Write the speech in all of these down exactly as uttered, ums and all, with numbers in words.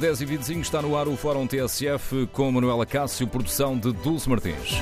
dez e vinte e cinco está no ar o Fórum T S F com Manuela Cássio, produção de Dulce Martins.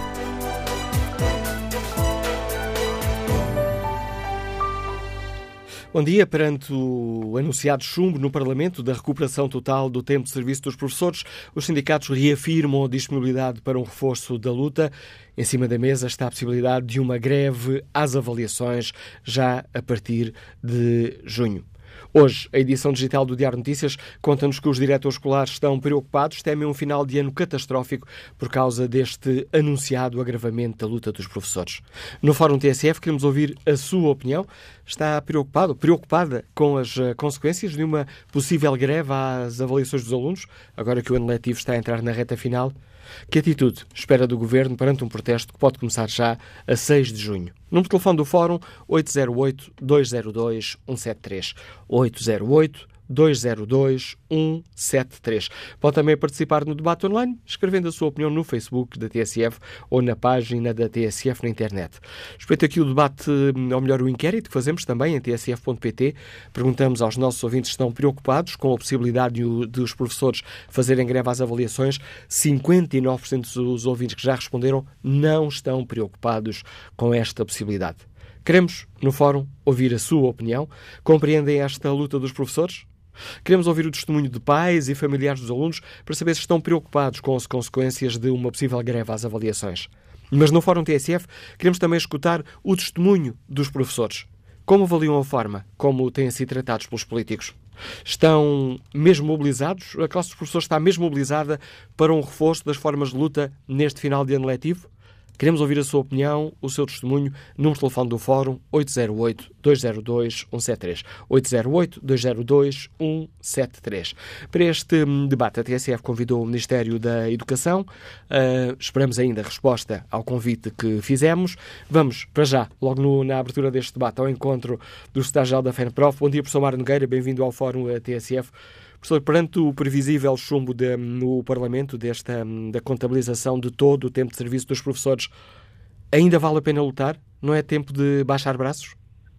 Bom dia. Perante o anunciado chumbo no Parlamento da recuperação total do tempo de serviço dos professores, os sindicatos reafirmam a disponibilidade para um reforço da luta. Em cima da mesa está a possibilidade de uma greve às avaliações já a partir de junho. Hoje, a edição digital do Diário Notícias conta-nos que os diretores escolares estão preocupados, temem um final de ano catastrófico por causa deste anunciado agravamento da luta dos professores. No Fórum T S F queremos ouvir a sua opinião. Está preocupado, preocupada com as consequências de uma possível greve às avaliações dos alunos, agora que o ano letivo está a entrar na reta final? Que atitude espera do Governo perante um protesto que pode começar já a seis de junho? Número de telefone do Fórum oito zero oito, dois zero dois, um sete três. oito zero oito, dois zero dois, um sete três. Pode também participar no debate online, escrevendo a sua opinião no Facebook da T S F ou na página da T S F na internet. Respeito aqui o debate, ou melhor, o inquérito que fazemos também em t s f ponto p t. Perguntamos aos nossos ouvintes se estão preocupados com a possibilidade dos professores fazerem greve às avaliações. cinquenta e nove por cento dos ouvintes que já responderam não estão preocupados com esta possibilidade. Queremos, no Fórum, ouvir a sua opinião. Compreendem esta luta dos professores? Queremos ouvir o testemunho de pais e familiares dos alunos para saber se estão preocupados com as consequências de uma possível greve às avaliações. Mas no Fórum T S F queremos também escutar o testemunho dos professores. Como avaliam a forma como têm sido tratados pelos políticos? Estão mesmo mobilizados? A classe dos professores está mesmo mobilizada para um reforço das formas de luta neste final de ano letivo? Queremos ouvir a sua opinião, o seu testemunho, número de telefone do Fórum oito zero oito, dois zero dois, um sete três. oito zero oito, dois zero dois, um sete três. Para este debate, a T S F convidou o Ministério da Educação. Uh, esperamos ainda a resposta ao convite que fizemos. Vamos, para já, logo no, na abertura deste debate, ao encontro do secretário-geral da FENPROF. Bom dia, professor Mário Nogueira, bem-vindo ao Fórum T S F. Professor, perante o previsível chumbo de, no Parlamento desta, da contabilização de todo o tempo de serviço dos professores, ainda vale a pena lutar? Não é tempo de baixar braços?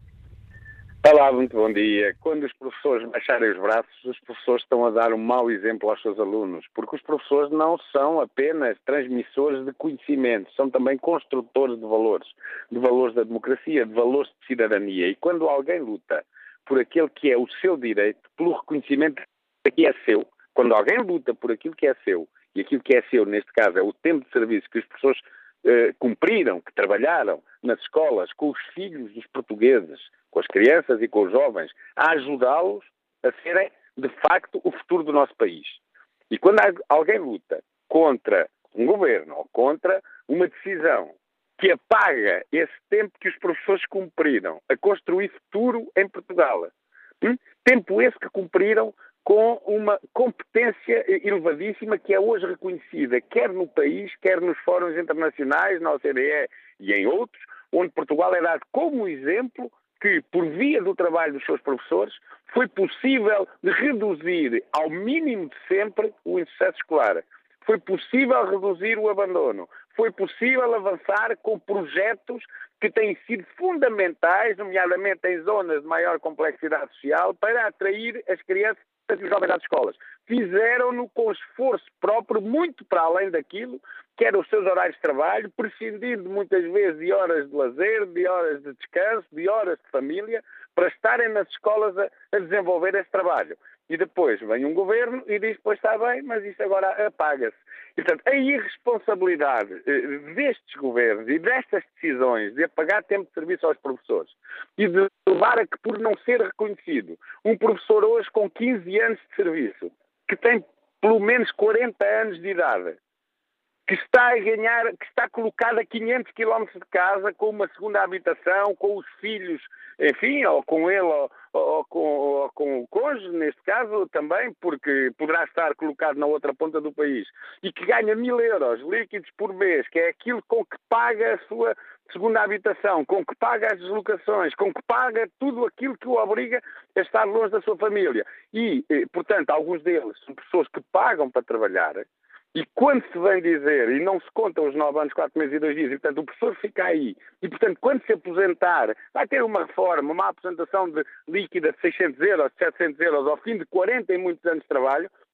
Olá, muito bom dia. Quando os professores baixarem os braços, os professores estão a dar um mau exemplo aos seus alunos, porque os professores não são apenas transmissores de conhecimento, são também construtores de valores, de valores da democracia, de valores de cidadania. E quando alguém luta por aquele que é o seu direito, pelo reconhecimento que é seu, quando alguém luta por aquilo que é seu, e aquilo que é seu, neste caso, é o tempo de serviço que os professores eh, cumpriram, que trabalharam nas escolas, com os filhos dos portugueses, com as crianças e com os jovens, a ajudá-los a serem, de facto, o futuro do nosso país. E quando alguém luta contra um governo ou contra uma decisão que apaga esse tempo que os professores cumpriram a construir futuro em Portugal, hum? tempo esse que cumpriram com uma competência elevadíssima que é hoje reconhecida, quer no país, quer nos fóruns internacionais, na O C D E e em outros, onde Portugal é dado como exemplo que, por via do trabalho dos seus professores, foi possível reduzir ao mínimo de sempre o insucesso escolar. Foi possível reduzir o abandono. Foi possível avançar com projetos que têm sido fundamentais, nomeadamente em zonas de maior complexidade social, para atrair as crianças e os jovens às escolas. Fizeram-no com esforço próprio, muito para além daquilo que eram os seus horários de trabalho, prescindindo muitas vezes de horas de lazer, de horas de descanso, de horas de família, para estarem nas escolas a, a desenvolver esse trabalho. E depois vem um governo e diz, pois está bem, mas isso agora apaga-se. E, portanto, a irresponsabilidade eh, destes governos e destas decisões de apagar tempo de serviço aos professores e de levar a que, por não ser reconhecido, um professor hoje com quinze anos de serviço, que tem pelo menos quarenta anos de idade, que está a ganhar, que está colocado a quinhentos quilómetros de casa, com uma segunda habitação, com os filhos, enfim, ou com ele, ou, ou, com, ou com o cônjuge, neste caso, também, porque poderá estar colocado na outra ponta do país, e que ganha mil euros líquidos por mês, que é aquilo com que paga a sua segunda habitação, com que paga as deslocações, com que paga tudo aquilo que o obriga a estar longe da sua família. E, portanto, alguns deles são pessoas que pagam para trabalhar. E quando se vem dizer, e não se contam os nove anos, quatro meses e dois dias, e portanto o professor fica aí, e portanto quando se aposentar, vai ter uma reforma, uma aposentação de líquida de seiscentos euros, de setecentos euros, ao fim de quarenta e muitos anos de trabalho,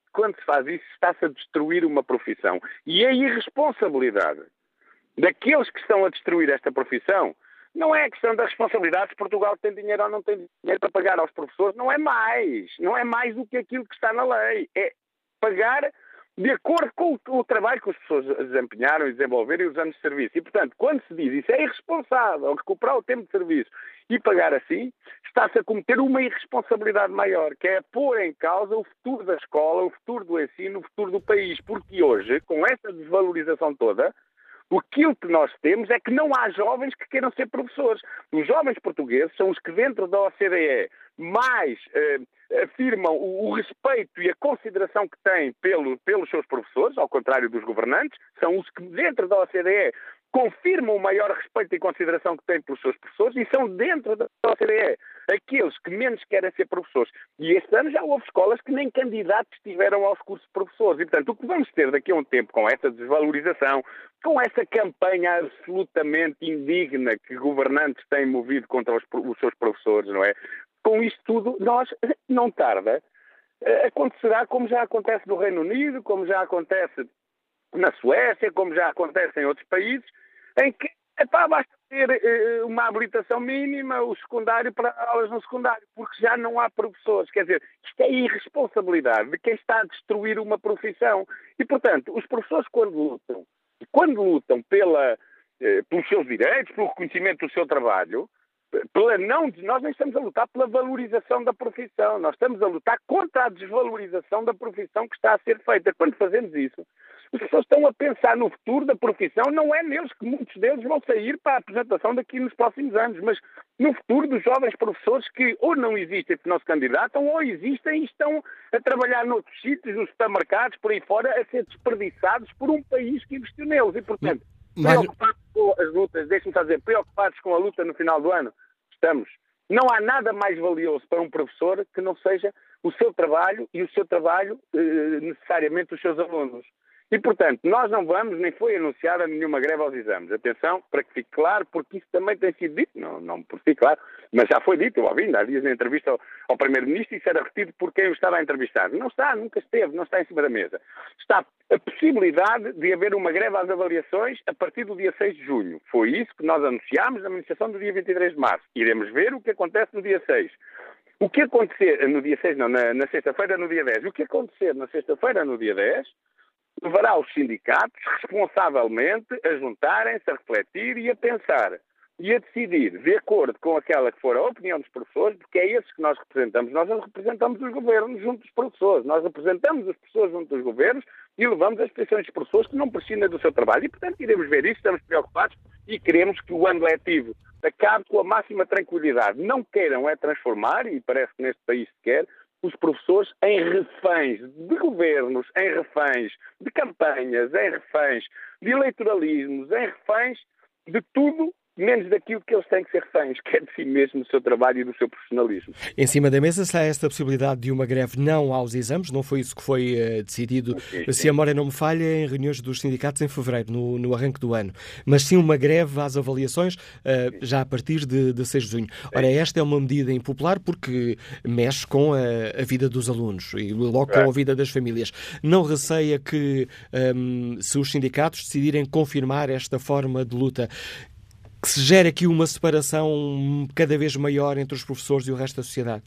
quando se faz isso, está-se a destruir uma profissão. E a irresponsabilidade daqueles que estão a destruir esta profissão não é a questão da responsabilidade se Portugal tem dinheiro ou não tem dinheiro para pagar aos professores. Não é mais. Não é mais do que aquilo que está na lei. É pagar de acordo com o, o trabalho que as pessoas desempenharam e desenvolveram e os anos de serviço. E, portanto, quando se diz isso é irresponsável recuperar o tempo de serviço e pagar assim, está-se a cometer uma irresponsabilidade maior, que é pôr em causa o futuro da escola, o futuro do ensino, o futuro do país. Porque hoje, com essa desvalorização toda, aquilo que nós temos é que não há jovens que queiram ser professores. Os jovens portugueses são os que dentro da O C D E mais eh, afirmam o, o respeito e a consideração que têm pelo, pelos seus professores, ao contrário dos governantes, são os que dentro da O C D E confirmam o maior respeito e consideração que têm pelos seus professores e são dentro da O C D E aqueles que menos querem ser professores. E este ano já houve escolas que nem candidatos tiveram aos cursos de professores. E, portanto, o que vamos ter daqui a um tempo com essa desvalorização, com essa campanha absolutamente indigna que governantes têm movido contra os, os seus professores, não é? Com isto tudo, nós, não tarda, acontecerá como já acontece no Reino Unido, como já acontece na Suécia, como já acontece em outros países, em que epá, basta ter uh, uma habilitação mínima, o secundário para aulas no secundário, porque já não há professores. Quer dizer, isto é irresponsabilidade de quem está a destruir uma profissão. E, portanto, os professores quando lutam, quando lutam pela, uh, pelos seus direitos, pelo reconhecimento do seu trabalho, pela não, nós nem estamos a lutar pela valorização da profissão, nós estamos a lutar contra a desvalorização da profissão que está a ser feita. Quando fazemos isso, as pessoas estão a pensar no futuro da profissão, não é neles que muitos deles vão sair para a apresentação daqui nos próximos anos, mas no futuro dos jovens professores que ou não existem porque não se candidatam, ou existem e estão a trabalhar noutros sítios, nos supermercados, por aí fora, a ser desperdiçados por um país que investiu neles. E, portanto, mas... preocupados com as lutas, deixe-me só dizer, preocupados com a luta no final do ano, estamos. Não há nada mais valioso para um professor que não seja o seu trabalho e o seu trabalho, eh, necessariamente, os seus alunos. E, portanto, nós não vamos, nem foi anunciada nenhuma greve aos exames. Atenção, para que fique claro, porque isso também tem sido dito, não, não por si, claro, mas já foi dito, eu ouvi, há dias na entrevista ao, ao Primeiro-Ministro, isso era repetido por quem o estava a entrevistar. Não está, nunca esteve, não está em cima da mesa. Está a possibilidade de haver uma greve às avaliações a partir do dia seis de junho. Foi isso que nós anunciámos na manifestação do dia vinte e três de março. Iremos ver o que acontece no dia seis. O que acontecer, no dia seis não, na, na sexta-feira, no dia dez. O que acontecer na sexta-feira, no dia dez... levará os sindicatos responsavelmente a juntarem-se, a refletir e a pensar e a decidir de acordo com aquela que for a opinião dos professores, porque é esses que nós representamos. Nós não representamos os governos junto dos professores, nós representamos os professores junto dos governos e levamos as petições dos professores que não prescindem do seu trabalho. E, portanto, iremos ver isso, estamos preocupados e queremos que o ano letivo acabe com a máxima tranquilidade. Não queiram é transformar, e parece que neste país se quer, os professores em reféns de governos, em reféns de campanhas, em reféns de eleitoralismos, em reféns de tudo, menos daquilo que eles têm que ser reféns, que é de si mesmo, do seu trabalho e do seu profissionalismo. Em cima da mesa está esta possibilidade de uma greve não aos exames, não foi isso que foi uh, decidido, sim, sim. Se a memória não me falha, em reuniões dos sindicatos em fevereiro, no, no arranque do ano, mas sim uma greve às avaliações uh, já a partir de, de seis de junho. Ora, esta é uma medida impopular porque mexe com a, a vida dos alunos e logo com a vida das famílias. Não receia que um, se os sindicatos decidirem confirmar esta forma de luta, que se gere aqui uma separação cada vez maior entre os professores e o resto da sociedade?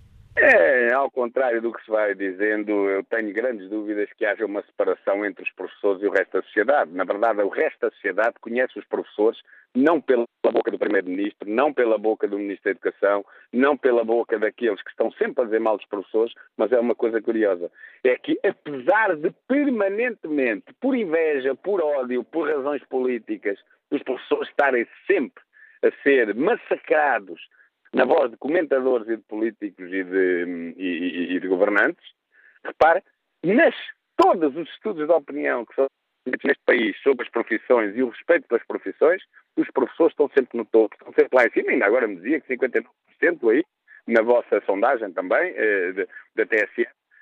É, ao contrário do que se vai dizendo, eu tenho grandes dúvidas que haja uma separação entre os professores e o resto da sociedade. Na verdade, o resto da sociedade conhece os professores não pela boca do Primeiro-Ministro, não pela boca do Ministro da Educação, não pela boca daqueles que estão sempre a dizer mal dos professores, mas é uma coisa curiosa. É que, apesar de permanentemente, por inveja, por ódio, por razões políticas, os professores estarem sempre a ser massacrados na voz de comentadores e de políticos e de, e, e, e de governantes, repare, nas todos os estudos de opinião que são feitos neste país sobre as profissões e o respeito pelas profissões, os professores estão sempre no topo, estão sempre lá em cima. Ainda agora me dizia que cinquenta e nove por cento aí, na vossa sondagem também, da T S E,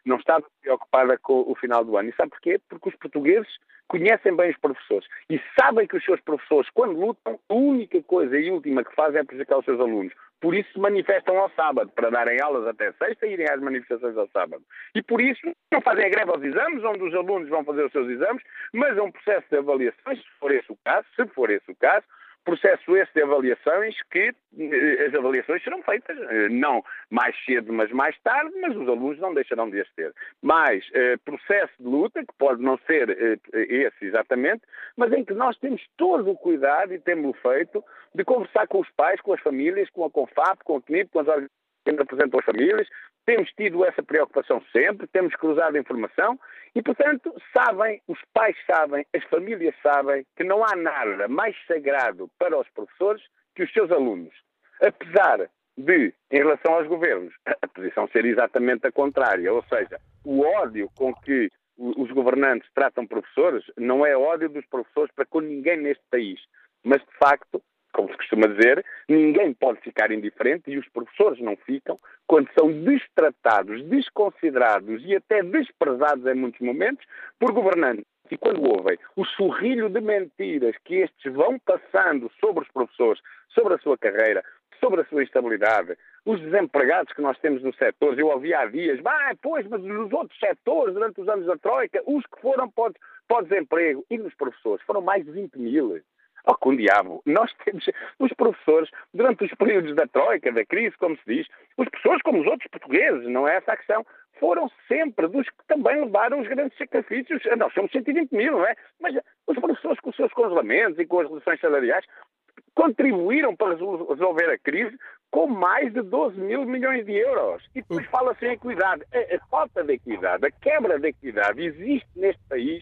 não estava preocupada com o final do ano. E sabe porquê? Porque os portugueses conhecem bem os professores e sabem que os seus professores, quando lutam, a única coisa e última que fazem é prejudicar os seus alunos. Por isso se manifestam ao sábado, para darem aulas até sexta e irem às manifestações ao sábado. E por isso não fazem a greve aos exames, onde os alunos vão fazer os seus exames, mas é um processo de avaliações, se for esse o caso, se for esse o caso, processo esse de avaliações que as avaliações serão feitas, não mais cedo, mas mais tarde, mas os alunos não deixarão de as ter. Mais eh, processo de luta, que pode não ser eh, esse exatamente, mas em que nós temos todo o cuidado, e temos-o feito, de conversar com os pais, com as famílias, com a CONFAP, com o C N I P, com as organizações que representam as famílias. Temos tido essa preocupação sempre, temos cruzado informação e, portanto, sabem, os pais sabem, as famílias sabem que não há nada mais sagrado para os professores que os seus alunos. Apesar de, em relação aos governos, a posição ser exatamente a contrária, ou seja, o ódio com que os governantes tratam professores não é ódio dos professores para com ninguém neste país, mas, de facto, como se costuma dizer, ninguém pode ficar indiferente e os professores não ficam quando são destratados, desconsiderados e até desprezados em muitos momentos por governantes. E quando ouvem o sorrilho de mentiras que estes vão passando sobre os professores, sobre a sua carreira, sobre a sua estabilidade, os desempregados que nós temos nos setores, eu ouvi há dias, ah, pois, mas nos outros setores, durante os anos da Troika, os que foram para o, para o desemprego, e nos professores, foram mais de vinte mil. Oh, com o diabo, nós temos os professores, durante os períodos da Troika, da crise, como se diz, os professores, como os outros portugueses, não é essa a questão, foram sempre dos que também levaram os grandes sacrifícios. Nós somos cento e vinte mil, não é? Mas os professores, com os seus congelamentos e com as reduções salariais, contribuíram para resolver a crise com mais de doze mil milhões de euros. E depois fala-se em equidade. A, a falta de equidade, a quebra de equidade existe neste país,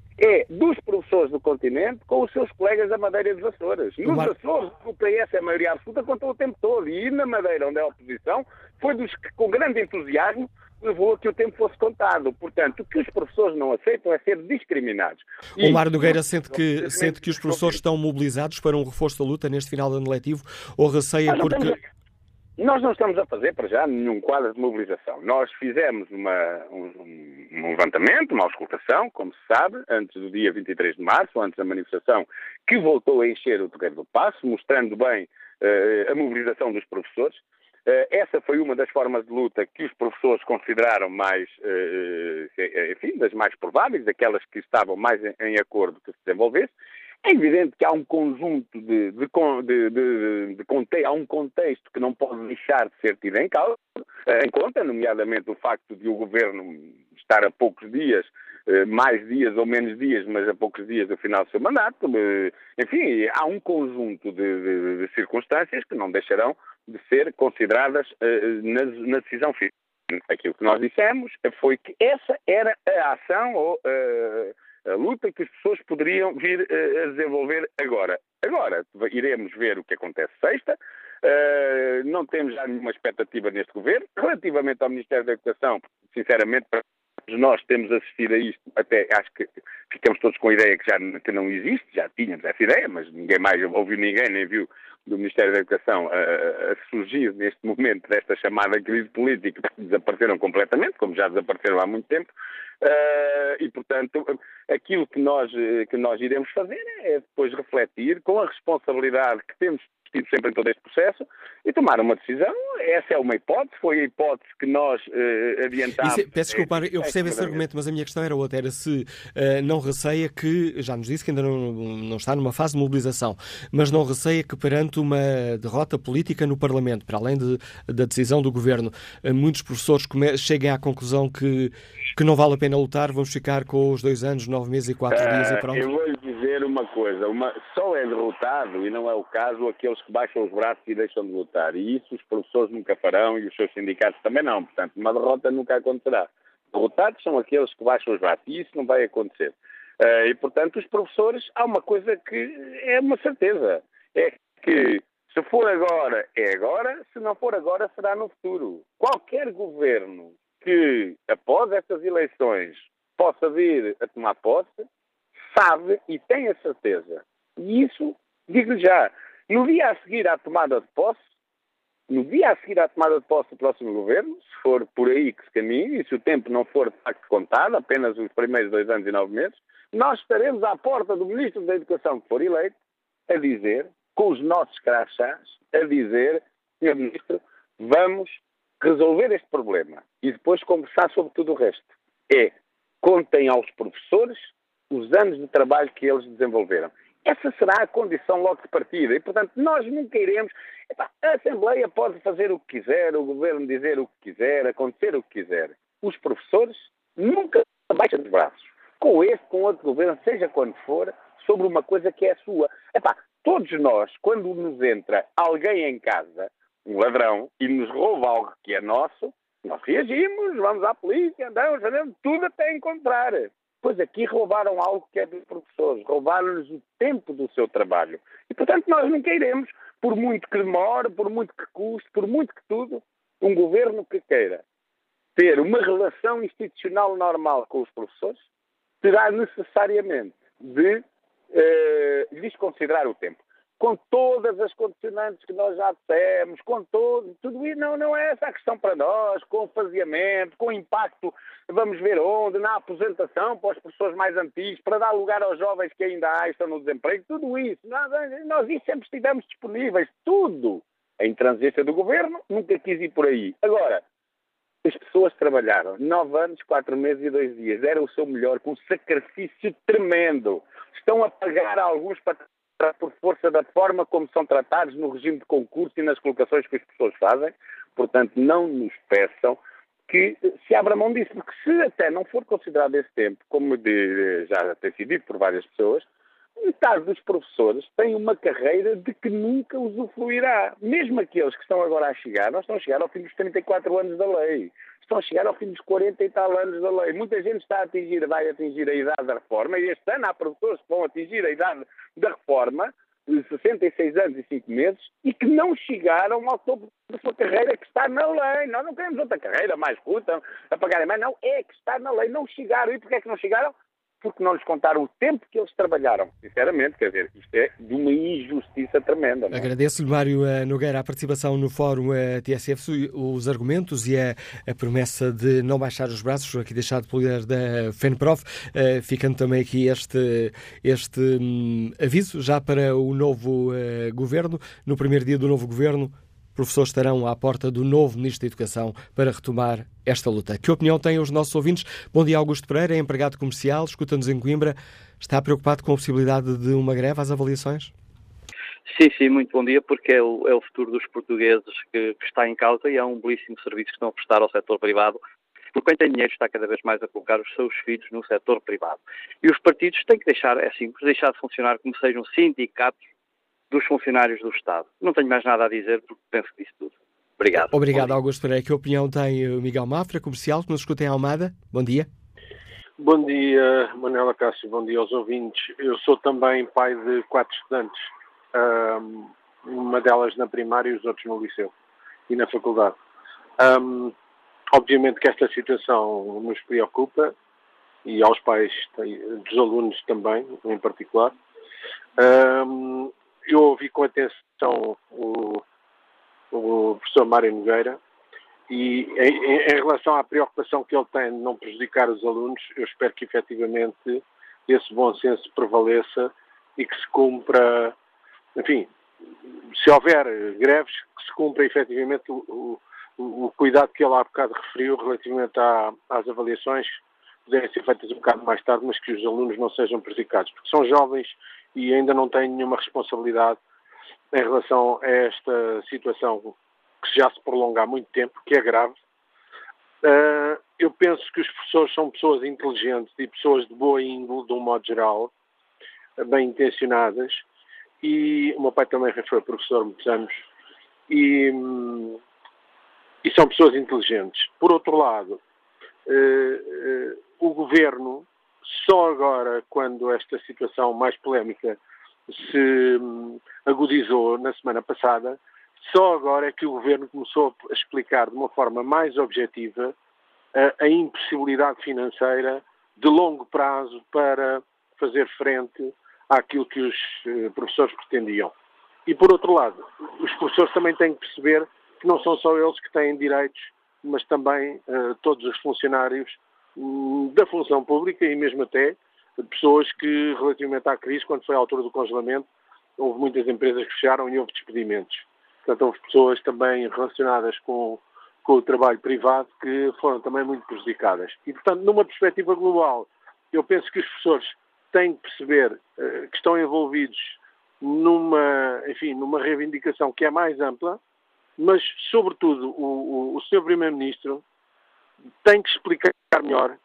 é dos professores do continente com os seus colegas da Madeira e dos Açores. Nos Mar... Açores, o P S é a maioria absoluta, contou o tempo todo. E na Madeira, onde é a oposição, foi dos que, com grande entusiasmo, levou a que o tempo fosse contado. Portanto, o que os professores não aceitam é ser discriminados. O Mário Nogueira sente que, sente que os professores estão mobilizados para um reforço da luta neste final de ano letivo ou receia porque... Temos... Nós não estamos a fazer, para já, nenhum quadro de mobilização. Nós fizemos uma, um, um levantamento, uma auscultação, como se sabe, antes do dia vinte e três de março, antes da manifestação, que voltou a encher o Terreiro do Paço, mostrando bem uh, a mobilização dos professores. Uh, essa foi uma das formas de luta que os professores consideraram mais, uh, enfim, das mais prováveis, daquelas que estavam mais em, em acordo que se desenvolvesse. É evidente que há um conjunto de, de, de, de, de conte, há um contexto que não pode deixar de ser tido em causa, em conta, nomeadamente o facto de o Governo estar a poucos dias, mais dias ou menos dias, mas a poucos dias do final do seu mandato. Enfim, há um conjunto de, de, de circunstâncias que não deixarão de ser consideradas na, na decisão final. Aquilo que nós dissemos foi que essa era a ação ou a luta que as pessoas poderiam vir a desenvolver agora. Agora, iremos ver o que acontece sexta. Uh, não temos já nenhuma expectativa neste governo. Relativamente ao Ministério da Educação, sinceramente, nós temos assistido a isto, até acho que ficamos todos com a ideia que já que não existe, já tínhamos essa ideia, mas ninguém mais ouviu ninguém, nem viu do Ministério da Educação a, a surgir neste momento desta chamada crise política, que desapareceram completamente, como já desapareceram há muito tempo, uh, e, portanto, aquilo que nós, que nós iremos fazer é depois refletir com a responsabilidade que temos tido sempre em todo este processo e tomar uma decisão. Essa é uma hipótese, foi a hipótese que nós uh, adiantámos. Isso, peço desculpa, eu percebo esse argumento, mas a minha questão era outra, era se uh, não receia que, já nos disse que ainda não, não está numa fase de mobilização, mas não receia que perante uma derrota política no Parlamento, para além de, da decisão do Governo, uh, muitos professores come- cheguem à conclusão que, que não vale a pena lutar, vamos ficar com os dois anos, nove meses e quatro uh, dias e pronto. Eu vou-lhe dizer uma coisa, uma, só é derrotado, e não é o caso, aqueles que baixam os braços e deixam de lutar. E isso os professores nunca farão e os seus sindicatos também não. Portanto, uma derrota nunca acontecerá. Derrotados são aqueles que baixam os braços e isso não vai acontecer. Uh, e, portanto, os professores, há uma coisa que é uma certeza. É que se for agora, é agora. Se não for agora, será no futuro. Qualquer governo que, após estas eleições, possa vir a tomar posse, sabe e tem a certeza. E isso, digo-lhe já, no dia a seguir à tomada de posse, no dia a seguir à tomada de posse do próximo governo, se for por aí que se caminha, e se o tempo não for de facto contado, apenas os primeiros dois anos e nove meses, nós estaremos à porta do Ministro da Educação que for eleito, a dizer, com os nossos crachás, a dizer, senhor Ministro, vamos resolver este problema e depois conversar sobre tudo o resto. É, contem aos professores os anos de trabalho que eles desenvolveram. Essa será a condição logo de partida e, portanto, nós nunca iremos... Epá, a Assembleia pode fazer o que quiser, o Governo dizer o que quiser, acontecer o que quiser. Os professores nunca baixam os braços. Com este, com outro Governo, seja quando for, sobre uma coisa que é sua. Epá, todos nós, quando nos entra alguém em casa, um ladrão, e nos rouba algo que é nosso, nós reagimos, vamos à polícia, andamos, andamos, tudo até encontrar. Pois aqui roubaram algo que é dos professores, roubaram-lhes o tempo do seu trabalho. E, portanto, nós não queremos, por muito que demore, por muito que custe, por muito que tudo, um governo que queira ter uma relação institucional normal com os professores, terá necessariamente de eh, lhes considerar o tempo. Com todas as condicionantes que nós já dissemos, com todo, tudo isso, não, não é essa a questão para nós, com o faseamento, com o impacto, vamos ver onde, na aposentação para as pessoas mais antigas, para dar lugar aos jovens que ainda há, estão no desemprego, tudo isso. Nós, nós isso sempre estivemos disponíveis, tudo. A intransigência do governo nunca quis ir por aí. Agora, as pessoas trabalharam nove anos, quatro meses e dois dias, deram o seu melhor, com um sacrifício tremendo. Estão a pagar a alguns para por força da forma como são tratados no regime de concurso e nas colocações que as pessoas fazem. Portanto, não nos peçam que se abra mão disso, porque se até não for considerado esse tempo, como de, já tem sido dito por várias pessoas, metade dos professores têm uma carreira de que nunca usufruirá. Mesmo aqueles que estão agora a chegar, não estão a chegar ao fim dos trinta e quatro anos da lei. Estão a chegar ao fim dos quarenta e tal anos da lei. Muita gente está a atingir, vai atingir a idade da reforma, e este ano há professores que vão atingir a idade da reforma, de sessenta e seis anos e cinco meses, e que não chegaram ao topo da sua carreira, que está na lei. Nós não queremos outra carreira mais curta, a pagarem mais, não, é que está na lei. Não chegaram. E porquê é que não chegaram? Porque não lhes contaram o tempo que eles trabalharam. Sinceramente, quer dizer, isto é de uma injustiça tremenda. Não é? Agradeço-lhe, Mário Nogueira, a participação no Fórum T S F, os argumentos e a, a promessa de não baixar os braços, aqui deixado pelo líder da FENPROF, uh, ficando também aqui este, este um, aviso já para o novo uh, governo. No primeiro dia do novo governo, professores estarão à porta do novo Ministro da Educação para retomar esta luta. Que opinião têm os nossos ouvintes? Bom dia, Augusto Pereira, é empregado comercial, escuta-nos em Coimbra. Está preocupado com a possibilidade de uma greve às avaliações? Sim, sim, muito bom dia, porque é o, é o futuro dos portugueses que, que está em causa e é um belíssimo serviço que estão a prestar ao setor privado, porque quem tem dinheiro está cada vez mais a colocar os seus filhos no setor privado. E os partidos têm que deixar, é simples, deixar de funcionar como sejam sindicatos dos funcionários do Estado. Não tenho mais nada a dizer porque penso que disse tudo. Obrigado. Obrigado, Augusto Pereira. Que opinião tem o Miguel Mafra, comercial, que nos escuta em Almada? Bom dia. Bom dia, Manuela Cássio. Bom dia aos ouvintes. Eu sou também pai de quatro estudantes. Um, uma delas na primária e os outros no liceu e na faculdade. Um, obviamente que esta situação nos preocupa e aos pais dos alunos também, em particular. Um, Eu ouvi com atenção o, o professor Mário Nogueira e em, em relação à preocupação que ele tem de não prejudicar os alunos, eu espero que efetivamente esse bom senso prevaleça e que se cumpra, enfim, se houver greves, que se cumpra efetivamente o, o, o cuidado que ele há bocado referiu relativamente à, às avaliações, puderem ser feitas um bocado mais tarde, mas que os alunos não sejam prejudicados, porque são jovens e ainda não têm nenhuma responsabilidade em relação a esta situação que já se prolonga há muito tempo, que é grave. Uh, eu penso que os professores são pessoas inteligentes e pessoas de boa índole, de um modo geral, bem intencionadas, e o meu pai também foi professor há muitos anos, e, e são pessoas inteligentes. Por outro lado, uh, uh, o governo, só agora, quando esta situação mais polémica se agudizou na semana passada, só agora é que o governo começou a explicar de uma forma mais objetiva a, a impossibilidade financeira de longo prazo para fazer frente àquilo que os professores pretendiam. E, por outro lado, os professores também têm que perceber que não são só eles que têm direitos, mas também uh, todos os funcionários um, da função pública e mesmo até pessoas que, relativamente à crise, quando foi à altura do congelamento, houve muitas empresas que fecharam e houve despedimentos. Portanto, houve pessoas também relacionadas com, com o trabalho privado que foram também muito prejudicadas. E, portanto, numa perspectiva global, eu penso que os professores têm que perceber uh, que estão envolvidos numa, enfim, numa reivindicação que é mais ampla, mas, sobretudo, o, o, o senhor Primeiro-Ministro tem que explicar melhor,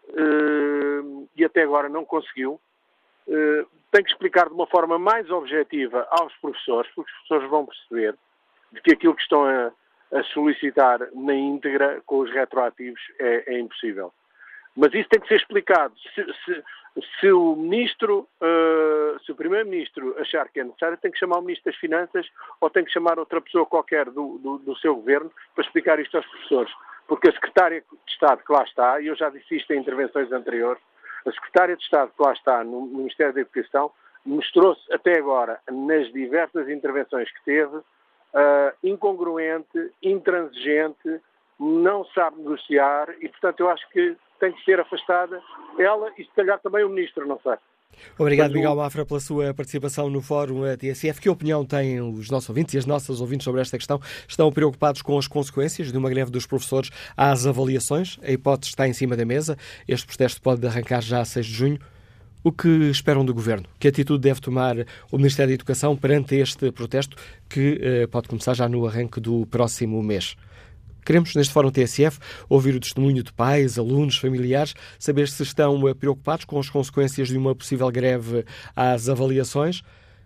uh, e até agora não conseguiu, uh, tem que explicar de uma forma mais objetiva aos professores, porque os professores vão perceber de que aquilo que estão a, a solicitar na íntegra com os retroativos é, é impossível. Mas isso tem que ser explicado. Se, se, se o Ministro, uh, se o Primeiro-Ministro achar que é necessário, tem que chamar o Ministro das Finanças ou tem que chamar outra pessoa qualquer do, do, do seu governo para explicar isto aos professores. Porque a Secretária de Estado que lá está, e eu já disse isto em intervenções anteriores, a Secretária de Estado que lá está no Ministério da Educação mostrou-se até agora, nas diversas intervenções que teve, uh, incongruente, intransigente, não sabe negociar e, portanto, eu acho que tem que ser afastada ela e, se calhar, também o Ministro, não sei. Obrigado, Miguel Mafra, pela sua participação no Fórum T S F. Que opinião têm os nossos ouvintes e as nossas ouvintes sobre esta questão? Estão preocupados com as consequências de uma greve dos professores às avaliações? A hipótese está em cima da mesa. Este protesto pode arrancar já a seis de junho. O que esperam do Governo? Que atitude deve tomar o Ministério da Educação perante este protesto que eh, pode começar já no arranque do próximo mês? Queremos, neste Fórum T S F, ouvir o testemunho de pais, alunos, familiares, saber se estão preocupados com as consequências de uma possível greve às avaliações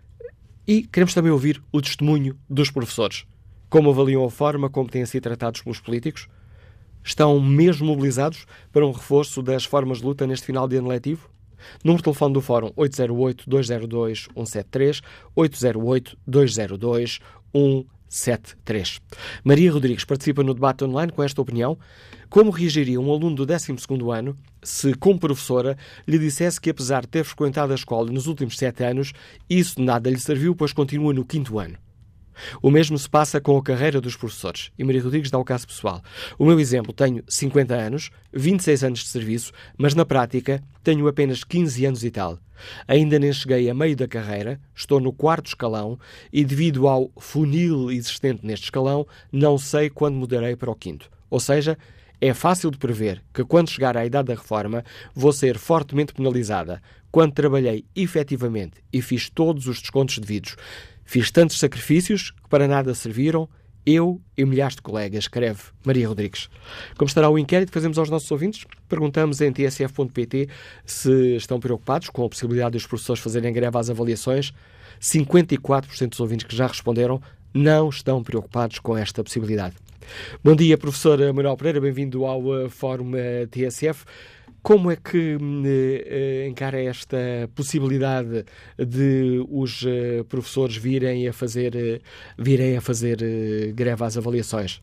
e queremos também ouvir o testemunho dos professores. Como avaliam a forma como têm sido tratados pelos políticos? Estão mesmo mobilizados para um reforço das formas de luta neste final de ano letivo? Número de telefone do Fórum oito zero oito, dois zero dois, um sete três, oito zero oito, dois zero dois, um sete três. Maria Rodrigues participa no debate online com esta opinião. Como reagiria um aluno do décimo segundo ano se, como professora, lhe dissesse que, apesar de ter frequentado a escola nos últimos sete anos, isso nada lhe serviu, pois continua no quinto ano? O mesmo se passa com a carreira dos professores. E Maria Rodrigues dá o caso pessoal. O meu exemplo, tenho cinquenta anos, vinte e seis anos de serviço, mas na prática tenho apenas quinze anos e tal. Ainda nem cheguei a meio da carreira, estou no quarto escalão e, devido ao funil existente neste escalão, não sei quando mudarei para o quinto. Ou seja, é fácil de prever que, quando chegar à idade da reforma, vou ser fortemente penalizada. Quando trabalhei efetivamente e fiz todos os descontos devidos, fiz tantos sacrifícios que para nada serviram, eu e milhares de colegas, escreve Maria Rodrigues. Como estará o inquérito que fazemos aos nossos ouvintes? Perguntamos em t s f ponto p t se estão preocupados com a possibilidade dos professores fazerem greve às avaliações. cinquenta e quatro por cento dos ouvintes que já responderam não estão preocupados com esta possibilidade. Bom dia, professor Manuel Pereira, bem-vindo ao uh, Fórum uh, T S F. Como é que uh, encara esta possibilidade de os uh, professores virem a fazer, uh, virem a fazer uh, greve às avaliações?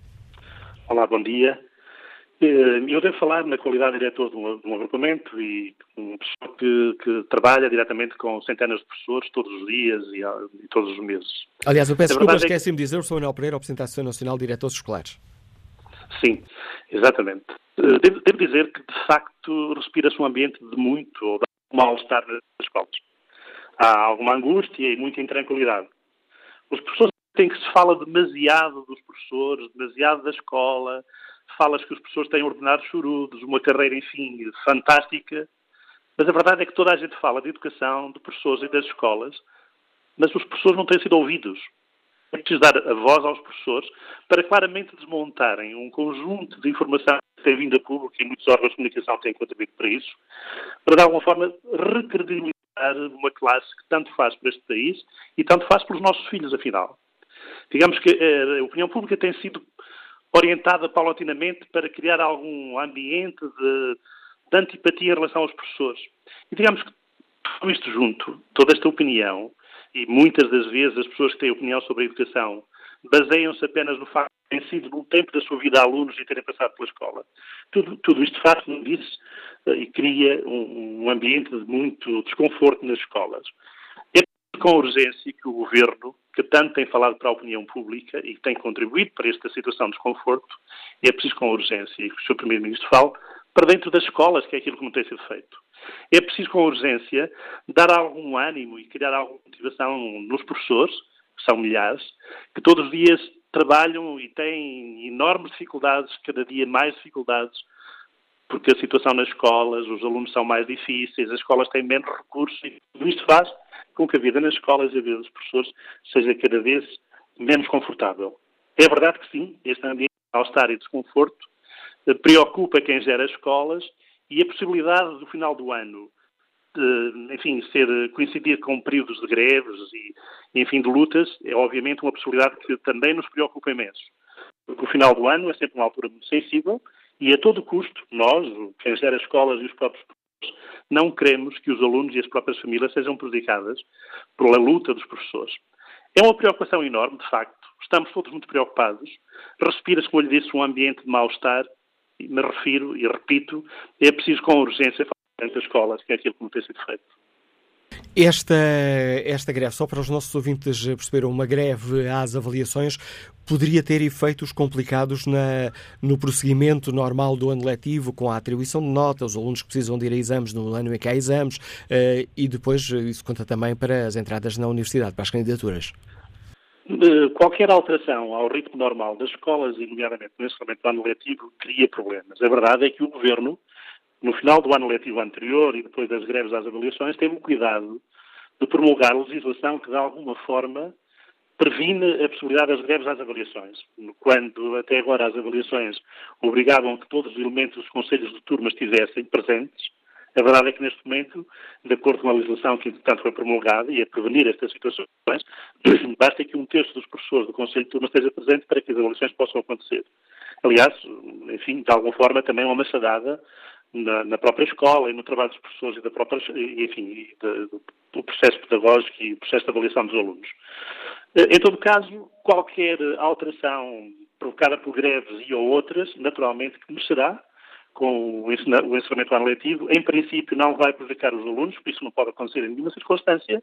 Olá, bom dia. Eu devo falar na qualidade de diretor de um, de um agrupamento e um professor que, que trabalha diretamente com centenas de professores todos os dias e, e todos os meses. Aliás, eu peço desculpa, esqueci-me de dizer, eu sou Manuel Pereira, representante da Associação Nacional de Diretores Escolares. Sim, exatamente. Devo, devo dizer que, de facto, respira-se um ambiente de muito ou de mal-estar nas escolas. Há alguma angústia e muita intranquilidade. Os professores têm que se fala demasiado dos professores, demasiado da escola. Falas que os professores têm ordenados chorudos, uma carreira, enfim, fantástica. Mas a verdade é que toda a gente fala de educação, de professores e das escolas, mas os professores não têm sido ouvidos. É preciso dar a voz aos professores para claramente desmontarem um conjunto de informação que tem vindo a público e muitos órgãos de comunicação têm contribuído para isso, para de alguma forma recredibilizar uma classe que tanto faz para este país e tanto faz pelos nossos filhos, afinal. Digamos que a opinião pública tem sido orientada paulatinamente para criar algum ambiente de, de antipatia em relação aos professores. E digamos que tudo isto junto, toda esta opinião, e muitas das vezes as pessoas que têm opinião sobre a educação baseiam-se apenas no facto de terem sido, no tempo da sua vida, alunos e terem passado pela escola. Tudo, tudo isto, de facto, como disse, e cria um, um ambiente de muito desconforto nas escolas. É com urgência que o Governo, que tanto tem falado para a opinião pública e que tem contribuído para esta situação de desconforto, é preciso com urgência e que o senhor Primeiro-Ministro fale para dentro das escolas, que é aquilo que não tem sido feito. É preciso com urgência dar algum ânimo e criar alguma motivação nos professores, que são milhares, que todos os dias trabalham e têm enormes dificuldades, cada dia mais dificuldades, porque a situação nas escolas, os alunos são mais difíceis, as escolas têm menos recursos e tudo isto faz com que a vida nas escolas e a vida dos professores seja cada vez menos confortável. É verdade que sim, este ambiente de mal-estar e desconforto preocupa quem gera as escolas e a possibilidade do final do ano, de, enfim, ser coincidir com períodos de greves e, enfim, de lutas, é obviamente uma possibilidade que também nos preocupa imenso. Porque o final do ano é sempre uma altura muito sensível e a todo custo, nós, quem gera as escolas e os próprios professores, não queremos que os alunos e as próprias famílias sejam prejudicadas pela luta dos professores. É uma preocupação enorme, de facto. Estamos todos muito preocupados. Respira-se, como eu lhe disse, um ambiente de mal-estar. Me refiro e repito, é preciso com urgência falar das escolas, que é aquilo que não tem sido feito. Esta, esta greve, só para os nossos ouvintes perceberam, uma greve às avaliações poderia ter efeitos complicados na, no prosseguimento normal do ano letivo, com a atribuição de notas, os alunos que precisam de ir a exames no ano em que há exames, uh, e depois isso conta também para as entradas na universidade, para as candidaturas. Qualquer alteração ao ritmo normal das escolas, e nomeadamente no encerramento do ano letivo, cria problemas. A verdade é que o Governo, no final do ano letivo anterior e depois das greves às avaliações, teve o cuidado de promulgar legislação que, de alguma forma, previne a possibilidade das greves às avaliações. Quando, até agora, as avaliações obrigavam que todos os elementos dos conselhos de turma estivessem presentes, a verdade é que, neste momento, de acordo com a legislação que, entretanto, foi promulgada e a prevenir estas situações, basta que um terço dos professores do Conselho de Turma esteja presente para que as avaliações possam acontecer. Aliás, enfim, de alguma forma, também é uma machadada na, na própria escola e no trabalho dos professores e da própria, enfim, e de, do processo pedagógico e o processo de avaliação dos alunos. Em todo caso, qualquer alteração provocada por greves e ou outras, naturalmente que mexerá com o encerramento do ano letivo, em princípio não vai prejudicar os alunos, porque isso não pode acontecer em nenhuma circunstância,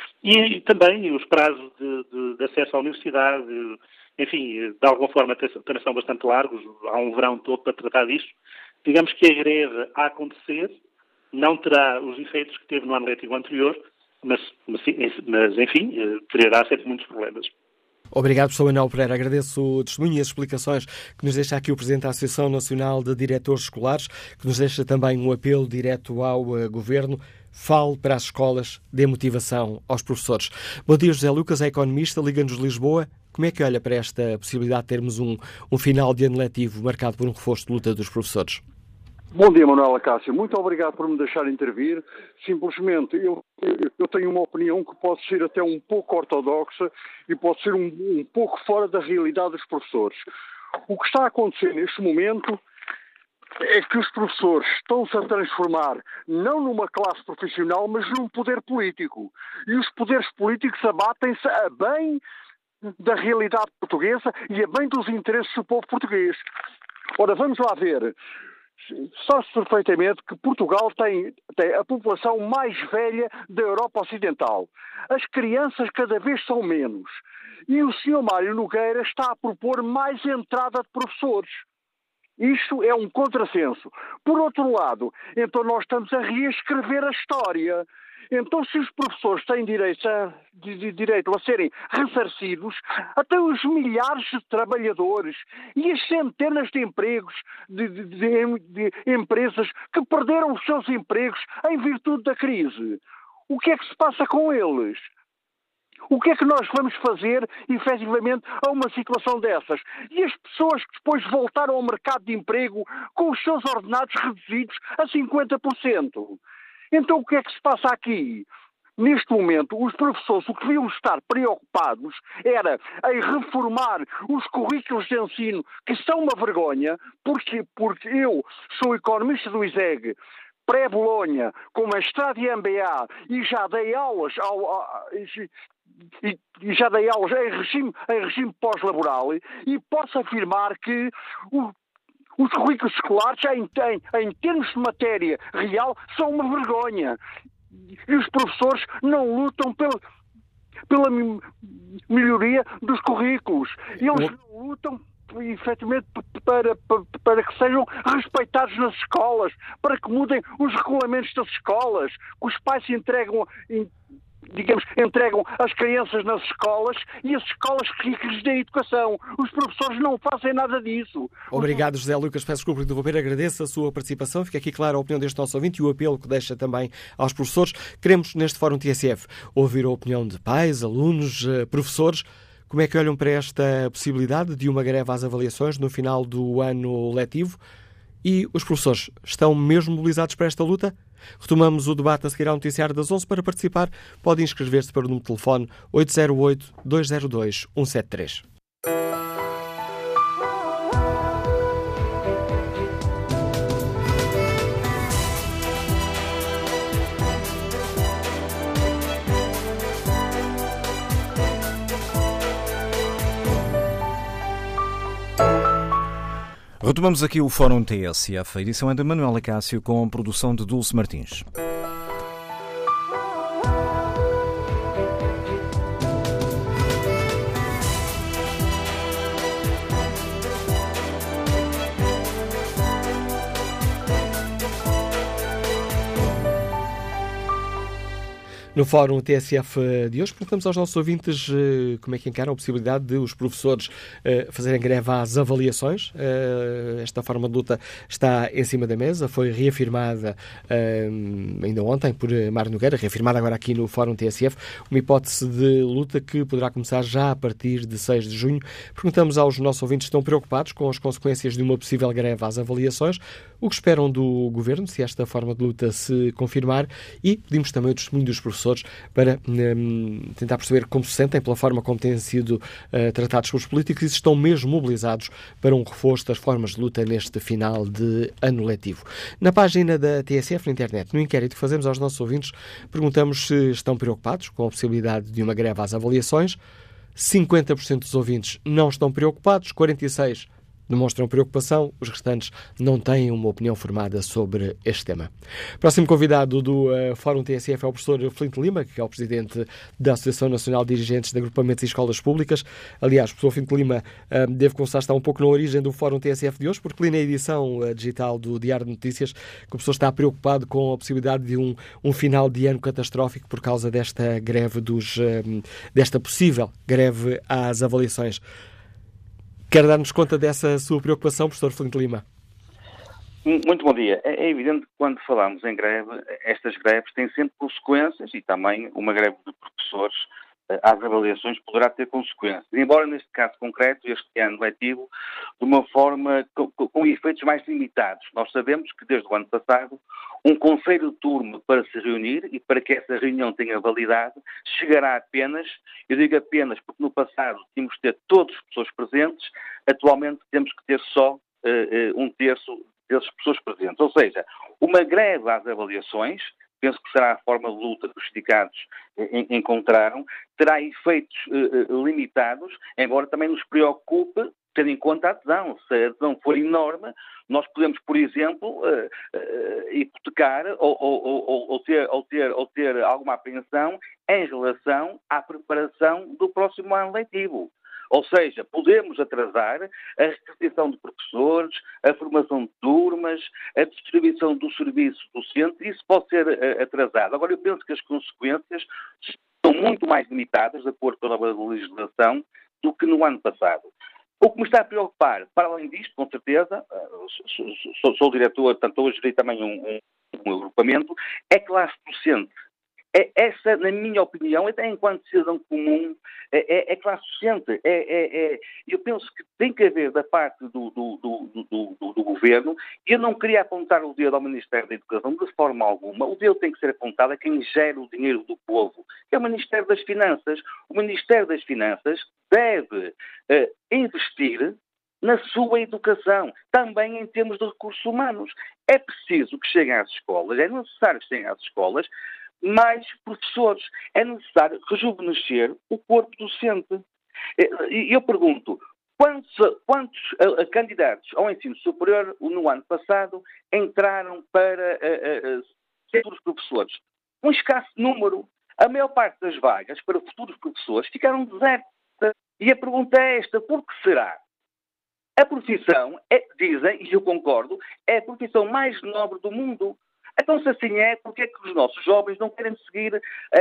e também os prazos de, de, de acesso à universidade, enfim, de alguma forma também são bastante largos, há um verão todo para tratar disso. Digamos que a greve a acontecer não terá os efeitos que teve no ano letivo anterior, mas, mas, mas enfim, criará sempre muitos problemas. Obrigado, professor Manuel Pereira. Agradeço o testemunho e as explicações que nos deixa aqui o Presidente da Associação Nacional de Diretores Escolares, que nos deixa também um apelo direto ao uh, Governo. Fale para as escolas, dê motivação aos professores. Bom dia, José Lucas, é economista, Liga-nos de Lisboa. Como é que olha para esta possibilidade de termos um, um final de ano letivo marcado por um reforço de luta dos professores? Bom dia, Manuela Cássio. Muito obrigado por me deixar intervir. Simplesmente, eu, eu tenho uma opinião que pode ser até um pouco ortodoxa e pode ser um, um pouco fora da realidade dos professores. O que está a acontecer neste momento é que os professores estão-se a transformar não numa classe profissional, mas num poder político. E os poderes políticos abatem-se a bem da realidade portuguesa e a bem dos interesses do povo português. Ora, vamos lá ver. Sabe-se perfeitamente que Portugal tem, tem a população mais velha da Europa Ocidental. As crianças cada vez são menos. E o senhor Mário Nogueira está a propor mais entrada de professores. Isto é um contrassenso. Por outro lado, então nós estamos a reescrever a história. Então, se os professores têm direito a, de, de, direito a serem ressarcidos, até os milhares de trabalhadores e as centenas de empregos, de, de, de, de empresas que perderam os seus empregos em virtude da crise, o que é que se passa com eles? O que é que nós vamos fazer, efetivamente, a uma situação dessas? E as pessoas que depois voltaram ao mercado de emprego com os seus ordenados reduzidos a cinquenta por cento? Então o que é que se passa aqui? Neste momento, os professores o que deviam estar preocupados era em reformar os currículos de ensino, que são uma vergonha, porque, porque eu sou economista do I S E G, pré-Bolonha, com mestrado e M B A, e já dei aulas ao, ao, e, e já dei aulas em regime, em regime pós-laboral, e posso afirmar que o Os currículos escolares, em, em, em termos de matéria real, são uma vergonha. E os professores não lutam pelo, pela melhoria dos currículos. Eles não lutam efetivamente para, para, para que sejam respeitados nas escolas, para que mudem os regulamentos das escolas, que os pais se entregam, digamos, entregam as crianças nas escolas e as escolas que lhes dêem educação. Os professores não fazem nada disso. Obrigado, José Lucas. Peço desculpa de interromper. Agradeço a sua participação. Fica aqui clara a opinião deste nosso ouvinte e o apelo que deixa também aos professores. Queremos, neste Fórum T S F, ouvir a opinião de pais, alunos, professores. Como é que olham para esta possibilidade de uma greve às avaliações no final do ano letivo? E os professores estão mesmo mobilizados para esta luta? Retomamos o debate a seguir ao noticiário das onze. Para participar, pode inscrever-se para o número de telefone oito zero oito, dois zero dois, um sete três. Retomamos aqui o Fórum T S F. A edição é de Manuela Cássio com a produção de Dulce Martins. No Fórum T S F de hoje, perguntamos aos nossos ouvintes como é que encaram a possibilidade de os professores fazerem greve às avaliações. Esta forma de luta está em cima da mesa, foi reafirmada ainda ontem por Mário Nogueira, reafirmada agora aqui no Fórum T S F, uma hipótese de luta que poderá começar já a partir de seis de junho. Perguntamos aos nossos ouvintes se estão preocupados com as consequências de uma possível greve às avaliações, o que esperam do Governo, se esta forma de luta se confirmar, e pedimos também o testemunho dos professores para um, tentar perceber como se sentem pela forma como têm sido uh, tratados pelos políticos e se estão mesmo mobilizados para um reforço das formas de luta neste final de ano letivo. Na página da T S F na internet, no inquérito que fazemos aos nossos ouvintes, perguntamos se estão preocupados com a possibilidade de uma greve às avaliações. cinquenta por cento dos ouvintes não estão preocupados, quarenta e seis por cento demonstram preocupação, os restantes não têm uma opinião formada sobre este tema. Próximo convidado do uh, Fórum T S F é o professor Flint Lima, que é o presidente da Associação Nacional de Dirigentes de Agrupamentos e Escolas Públicas. Aliás, o professor Flint Lima uh, deve começar a estar um pouco na origem do Fórum T S F de hoje, porque li na edição uh, digital do Diário de Notícias que o professor está preocupado com a possibilidade de um, um final de ano catastrófico por causa desta greve, dos, uh, desta possível greve às avaliações. Quer dar-nos conta dessa sua preocupação, professor Flint Lima? Muito bom dia. É evidente que quando falamos em greve, estas greves têm sempre consequências e também uma greve de professores às avaliações poderá ter consequências. Embora neste caso concreto, este ano letivo, de uma forma com, com efeitos mais limitados. Nós sabemos que desde o ano passado um conselho de turma para se reunir e para que essa reunião tenha validade chegará apenas, eu digo apenas porque no passado tínhamos que ter todas as pessoas presentes, atualmente temos que ter só uh, uh, um terço dessas pessoas presentes. Ou seja, uma greve às avaliações, penso que será a forma de luta que os sindicatos uh, encontraram, terá efeitos uh, uh, limitados, embora também nos preocupe tendo em conta a adesão. Se a adesão for enorme, nós podemos, por exemplo, uh, uh, hipotecar ou, ou, ou, ou, ter, ou, ter, ou ter alguma apreensão em relação à preparação do próximo ano letivo. Ou seja, podemos atrasar a requisição de professores, a formação de turmas, a distribuição do serviço docente, isso pode ser uh, atrasado. Agora, eu penso que as consequências são muito mais limitadas, de acordo com a nova legislação, do que no ano passado. O que me está a preocupar, para além disto, com certeza, sou, sou, sou diretor, portanto, hoje gerei também um, um, um agrupamento, é classe docente. É, essa, na minha opinião, até enquanto cidadão comum, é, é, é classe docente. É, é, é, eu penso que tem que haver da parte do, do, do, do, do, do Governo, e eu não queria apontar o dedo ao Ministério da Educação de forma alguma. O dedo tem que ser apontado a quem gera o dinheiro do povo, que é o Ministério das Finanças. O Ministério das Finanças deve uh, investir na sua educação, também em termos de recursos humanos. É preciso que cheguem às escolas, é necessário que cheguem às escolas mais professores. É necessário rejuvenescer o corpo docente. E eu pergunto, quantos, quantos a, a candidatos ao ensino superior no ano passado entraram para a, a, a ser os professores? Um escasso número. a maior parte das vagas para futuros professores ficaram desertas. E a pergunta é esta, por que será? A profissão, é, dizem, e eu concordo, é a profissão mais nobre do mundo. Então, se assim é, porque é que os nossos jovens não querem seguir a, a,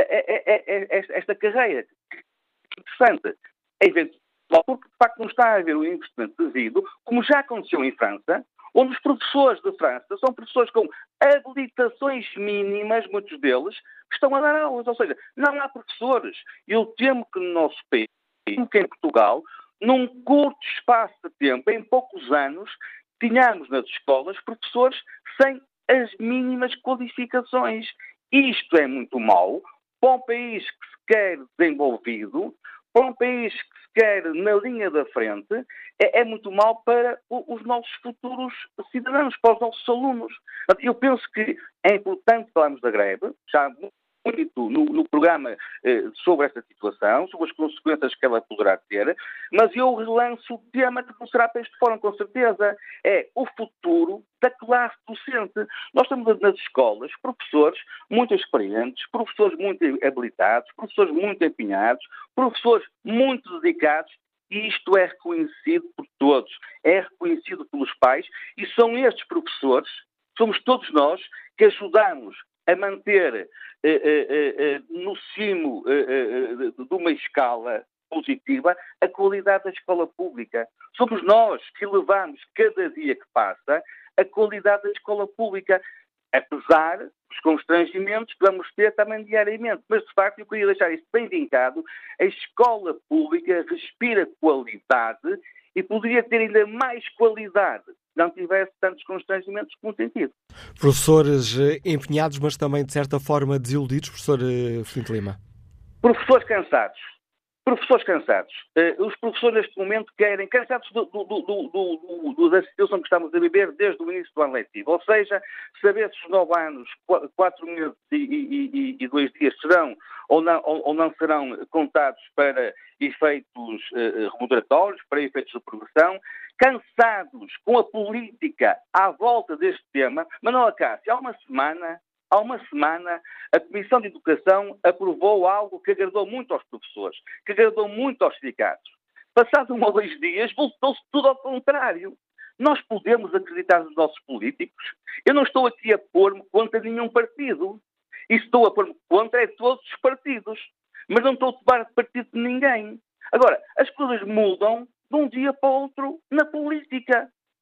a, a, esta carreira? Interessante. É eventual, porque de facto não está a haver o investimento devido, como já aconteceu em França, onde os professores de França são professores com habilitações mínimas, muitos deles, que estão a dar aulas. Ou seja, não há professores. Eu temo que no nosso país, que em Portugal, num curto espaço de tempo, em poucos anos, tínhamos nas escolas professores sem as mínimas qualificações. Isto é muito mau para um país que se quer desenvolvido, para um país que se quer na linha da frente, é, é muito mau para o, os nossos futuros cidadãos, para os nossos alunos. Eu penso que é importante falarmos da greve, já muito no, no programa eh, sobre esta situação, sobre as consequências que ela poderá ter, mas eu relanço o tema que não será para este fórum, com certeza, é o futuro da classe docente. Nós temos nas escolas professores muito experientes, professores muito habilitados, professores muito empenhados, professores muito dedicados, e isto é reconhecido por todos, é reconhecido pelos pais, e são estes professores, somos todos nós, que ajudamos a manter eh, eh, eh, no cimo eh, eh, de uma escala positiva a qualidade da escola pública. Somos nós que elevamos cada dia que passa a qualidade da escola pública, apesar dos constrangimentos que vamos ter também diariamente. Mas, de facto, eu queria deixar isto bem vincado, a escola pública respira qualidade e poderia ter ainda mais qualidade se não tivesse tantos constrangimentos como tem tido. Professores empenhados, mas também, de certa forma, desiludidos, professor Flint Lima? Professores cansados. Professores cansados. Uh, os professores, neste momento, querem... Cansados do, do, do, do, do, da situação que estamos a viver desde o início do ano letivo. Ou seja, saber se os nove anos, quatro meses e, e, e, e dois dias serão ou não, ou, ou não serão contados para efeitos uh, remuneratórios, para efeitos de progressão. Cansados com a política à volta deste tema. Manuel Cássio, há uma semana... Há uma semana, a Comissão de Educação aprovou algo que agradou muito aos professores, que agradou muito aos sindicatos. Passados um ou dois dias, voltou-se tudo ao contrário. Nós podemos acreditar nos nossos políticos? Eu não estou aqui a pôr-me contra nenhum partido. E estou a pôr-me contra é todos os partidos. Mas não estou a tomar partido de ninguém. Agora, as coisas mudam de um dia para o outro na política.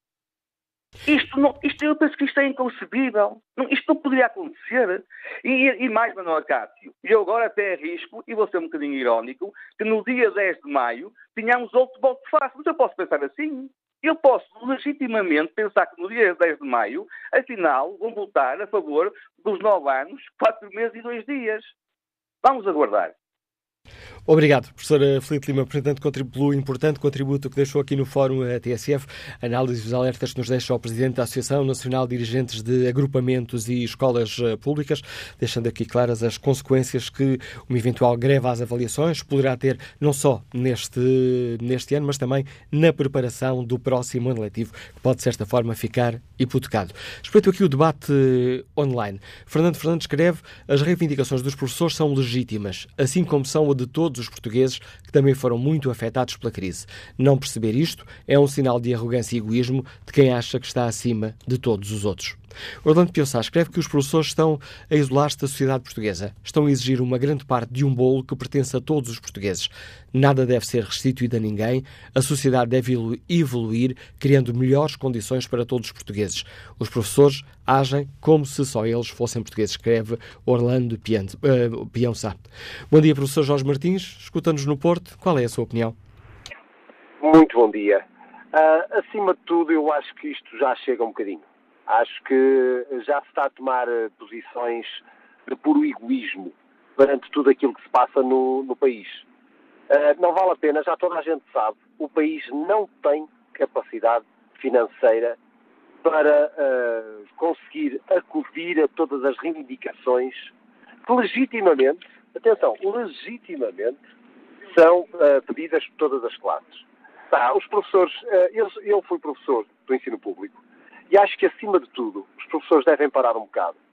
Isto, não, isto eu penso que isto é inconcebível. Não, isto não poderia acontecer. E, e mais, Manuel Cássio, eu agora até arrisco, e vou ser um bocadinho irónico, que no dia dez de maio tenhamos outro voto fácil. Mas eu posso pensar assim. Eu posso legitimamente pensar que no dia dez de maio, afinal, vão votar a favor dos nove anos, quatro meses e dois dias. Vamos aguardar. Obrigado, professora Filipe Lima, portanto, pelo importante contributo que deixou aqui no Fórum a T S F, análise dos alertas que nos deixa o Presidente da Associação Nacional de Dirigentes de Agrupamentos e Escolas Públicas, deixando aqui claras as consequências que uma eventual greve às avaliações poderá ter, não só neste, neste ano, mas também na preparação do próximo ano letivo, que pode, de certa forma, ficar hipotecado. Respeito aqui o debate online. Fernando Fernandes escreve: as reivindicações dos professores são legítimas, assim como são a de todos os portugueses que também foram muito afetados pela crise. Não perceber isto é um sinal de arrogância e egoísmo de quem acha que está acima de todos os outros. Orlando Piossá escreve que os professores estão a isolar-se da sociedade portuguesa. Estão a exigir uma grande parte de um bolo que pertence a todos os portugueses. Nada deve ser restituído a ninguém. A sociedade deve evoluir, criando melhores condições para todos os portugueses. Os professores agem como se só eles fossem portugueses, escreve Orlando Piossá. Bom dia, professor Jorge Martins. Escuta-nos no Porto. Qual é a sua opinião? Muito bom dia. Uh, acima de tudo, eu acho que isto já chega um bocadinho. Acho que já se está a tomar posições de puro egoísmo perante tudo aquilo que se passa no, no país. Uh, não vale a pena, já toda a gente sabe, o país não tem capacidade financeira para uh, conseguir acudir a todas as reivindicações que legitimamente, atenção, legitimamente são uh, pedidas por todas as classes. Tá, os professores, uh, eu, eu fui professor do ensino público, e acho que, acima de tudo, os professores devem parar um bocado.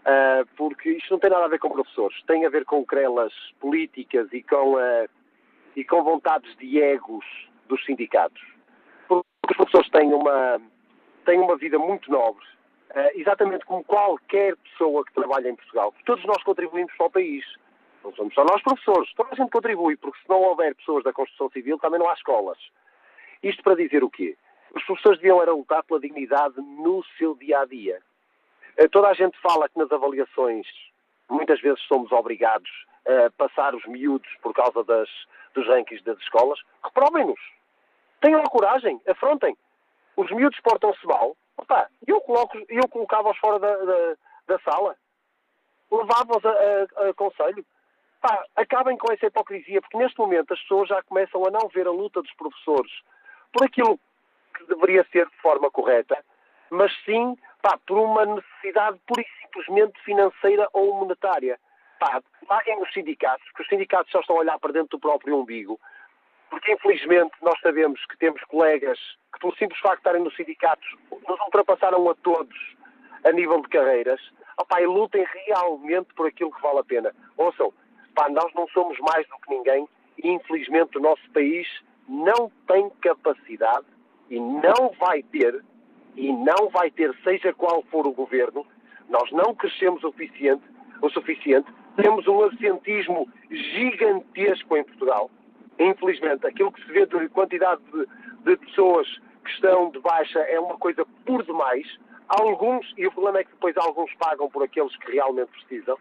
uh, porque isto não tem nada a ver com professores, tem a ver com querelas políticas e com, uh, e com vontades de egos dos sindicatos. Porque os professores têm uma, têm uma vida muito nobre, uh, exatamente como qualquer pessoa que trabalha em Portugal. Todos nós contribuímos para o país. Não somos só nós professores, toda a gente contribui, porque se não houver pessoas da construção civil, também não há escolas. Isto para dizer o quê? Os professores deviam era lutar pela dignidade no seu dia-a-dia. Toda a gente fala que nas avaliações muitas vezes somos obrigados a passar os miúdos por causa das, dos rankings das escolas. Reprovem-nos. Tenham a coragem, afrontem. Os miúdos portam-se mal. Opa, eu, coloco, eu colocava-os fora da, da, da sala. Levava-os a, a, a conselho. Pá, acabem com essa hipocrisia, porque neste momento as pessoas já começam a não ver a luta dos professores por aquilo que deveria ser de forma correta, mas sim, pá, por uma necessidade pura e simplesmente financeira ou monetária. Pá, paguem os sindicatos, porque os sindicatos só estão a olhar para dentro do próprio umbigo, porque infelizmente nós sabemos que temos colegas que pelo simples facto de estarem nos sindicatos nos ultrapassaram a todos a nível de carreiras. Oh, pá, e lutem realmente por aquilo que vale a pena. Ouçam, pá, nós não somos mais do que ninguém e infelizmente o nosso país não tem capacidade e não vai ter, e não vai ter, seja qual for o governo. Nós não crescemos o suficiente, o suficiente. Temos um absentismo gigantesco em Portugal. Infelizmente, aquilo que se vê de quantidade de, de pessoas que estão de baixa é uma coisa por demais. Alguns, e o problema é que depois alguns pagam por aqueles que realmente precisam.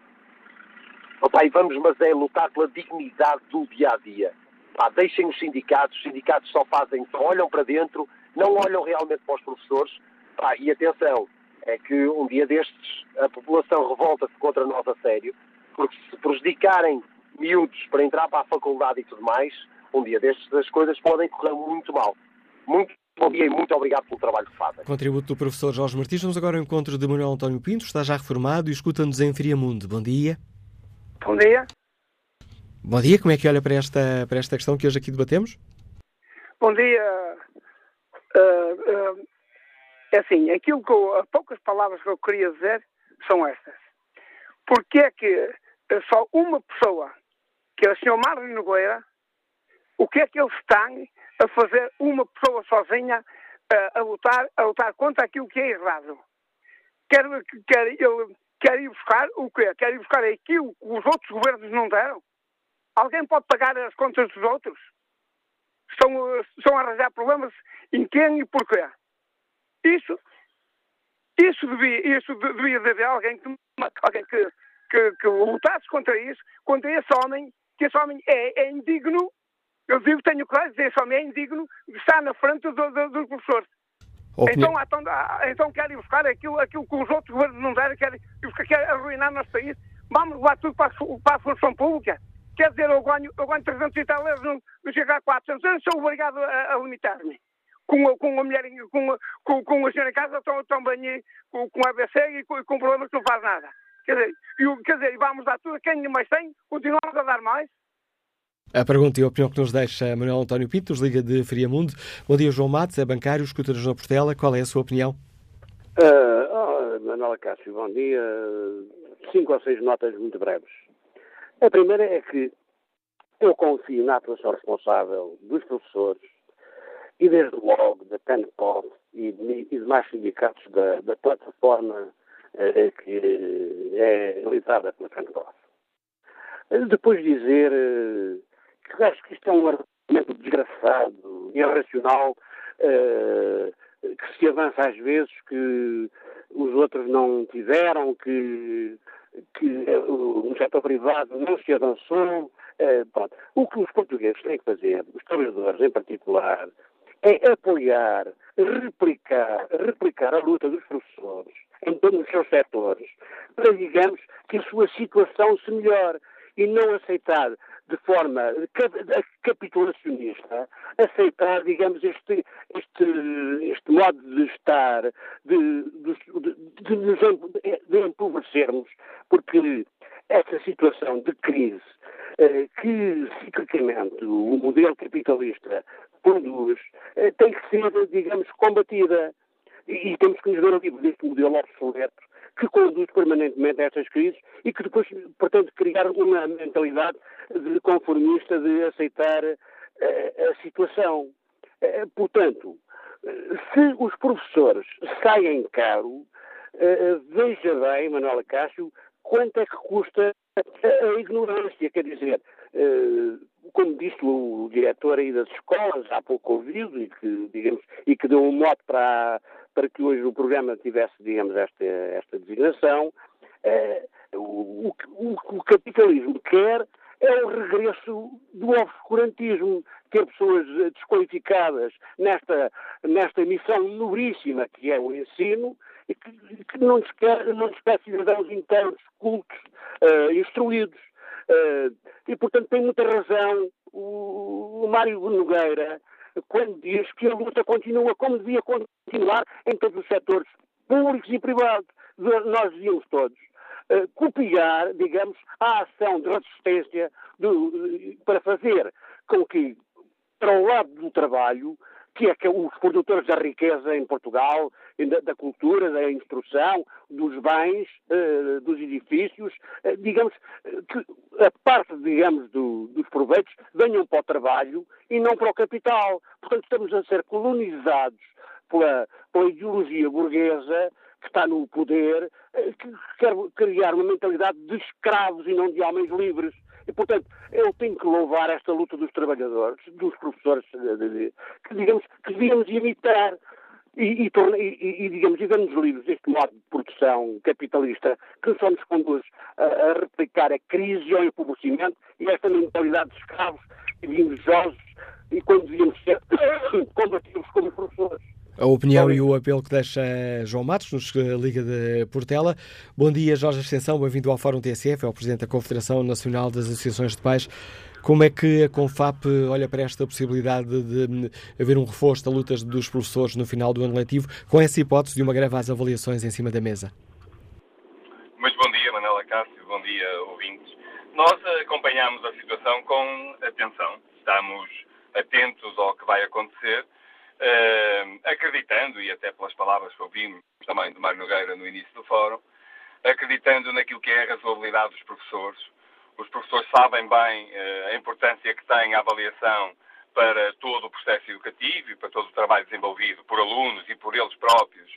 Opa, e vamos, mas é lutar pela dignidade do dia-a-dia. Pá, deixem os sindicatos, os sindicatos só fazem, só olham para dentro, não olham realmente para os professores. Pá, e atenção, é que um dia destes a população revolta-se contra nós a sério, porque se prejudicarem miúdos para entrar para a faculdade e tudo mais, um dia destes as coisas podem correr muito mal. Muito bom dia e muito obrigado pelo trabalho que fazem. Contributo do professor Jorge Martins. Vamos agora ao encontro de Manuel António Pinto, está já reformado e escuta-nos em Friamundo. Bom dia. Bom dia. Bom dia, como é que olha para esta, para esta questão que hoje aqui debatemos? Bom dia. Uh, uh, é assim, aquilo que eu, as poucas palavras que eu queria dizer são estas. Porque é que só uma pessoa, que é o senhor Mário Nogueira, o que é que eles estão a fazer uma pessoa sozinha uh, a, lutar, a lutar contra aquilo que é errado? Quer, quer, ele, quer ir buscar o quê? Quer ir buscar aquilo que os outros governos não deram? Alguém pode pagar as contas dos outros? Estão, estão a arranjar problemas em quem e porquê? Isso, isso, devia, isso devia haver alguém que, alguém que, que, que lutasse contra isso, contra esse homem, que esse homem é, é indigno. Eu digo, tenho coragem de dizer, esse homem é indigno de estar na frente do, do, dos professores. Então, então, então quer ir buscar aquilo, aquilo que os outros governos não deram, quer, quer arruinar o nosso país. Vamos levar tudo para a, para a função pública. Quer dizer, eu ganho, eu ganho trezentos e tal euros, não, não chego a quatrocentos, eu sou obrigado a, a limitar-me. Com, com a mulher, com, com, com a senhora em casa, estão, estão bem com, com a A B C e com, com problemas que não faz nada. Quer dizer, e, quer dizer, vamos dar tudo a quem mais tem, continuamos a dar mais. A pergunta e a opinião que nos deixa Manuel António Pinto, nos liga de Friamundo. Bom dia, João Matos, é bancário, escuta-nos na Portela. Qual é a sua opinião? Uh, oh, Manuel Cássio, bom dia. Cinco ou seis notas muito breves. A primeira é que eu confio na atuação responsável dos professores e, desde logo, da PANCOF e de demais sindicatos da, da plataforma eh, que é liderada pela PANCOF. Depois dizer eh, que acho que isto é um argumento desgraçado e irracional, eh, que se avança às vezes que os outros não tiveram, que que no setor privado não se avançou. Eh, pronto. O que os portugueses têm que fazer, os trabalhadores em particular, é apoiar, replicar, replicar a luta dos professores em todos os seus setores, para, digamos, que a sua situação se melhore e não aceitar de forma capitulacionista, aceitar, digamos, este, este, este modo de estar, de, de, de, nos de empobrecermos, porque essa situação de crise eh, que ciclicamente o modelo capitalista produz, eh, tem que ser, digamos, combatida. E, e temos que nos ver a livre deste modelo obsoleto que conduz permanentemente a estas crises e que depois pretende criar uma mentalidade de conformista de aceitar uh, a situação. Uh, portanto, uh, se os professores saem caro, uh, veja bem, Manuela Cássio, quanto é que custa a ignorância, quer dizer, uh, como disse o diretor aí das escolas, há pouco ouvido, e que, digamos, e que deu um mote para, para que hoje o programa tivesse, digamos, esta, esta designação, uh, o, o, o capitalismo quer é o regresso do obscurantismo, ter pessoas desqualificadas nesta, nesta missão nobríssima que é o ensino, e que, que não nos quer, não nos quer cidadãos inteiros, cultos, uh, instruídos. Uh, e, portanto, tem muita razão o, o Mário Nogueira quando diz que a luta continua como devia continuar em todos os setores públicos e privados. Nós devíamos todos uh, copiar, digamos, a ação de resistência do, para fazer com que, para o lado do trabalho, que é que os produtores da riqueza em Portugal, da, da cultura, da instrução, dos bens, uh, dos edifícios, uh, digamos, que a parte, digamos, do, dos proveitos venham para o trabalho e não para o capital. Portanto, estamos a ser colonizados pela, pela ideologia burguesa que está no poder, uh, que quer criar uma mentalidade de escravos e não de homens livres. E, portanto, eu tenho que louvar esta luta dos trabalhadores, dos professores, que, digamos, que devíamos imitar e, e, e, e digamos, e vermos livres deste modo de produção capitalista que só nos conduz a, a replicar a crise e ao empobrecimento e esta mentalidade de escravos e de invejosos e quando devíamos ser combativos como professores. A opinião e o apelo que deixa João Matos, nos liga de Portela. Bom dia, Jorge Ascensão, bem-vindo ao Fórum T S F, é o Presidente da Confederação Nacional das Associações de Pais. Como é que a CONFAP olha para esta possibilidade de haver um reforço da luta dos professores no final do ano letivo, com essa hipótese de uma greve às avaliações em cima da mesa? Muito bom dia, Manuela Cássio, bom dia, ouvintes. Nós acompanhamos a situação com atenção, estamos atentos ao que vai acontecer, Uh, acreditando, e até pelas palavras que ouvimos também de Mário Nogueira no início do fórum, acreditando naquilo que é a razoabilidade dos professores. Os professores sabem bem uh, a importância que tem a avaliação para todo o processo educativo e para todo o trabalho desenvolvido por alunos e por eles próprios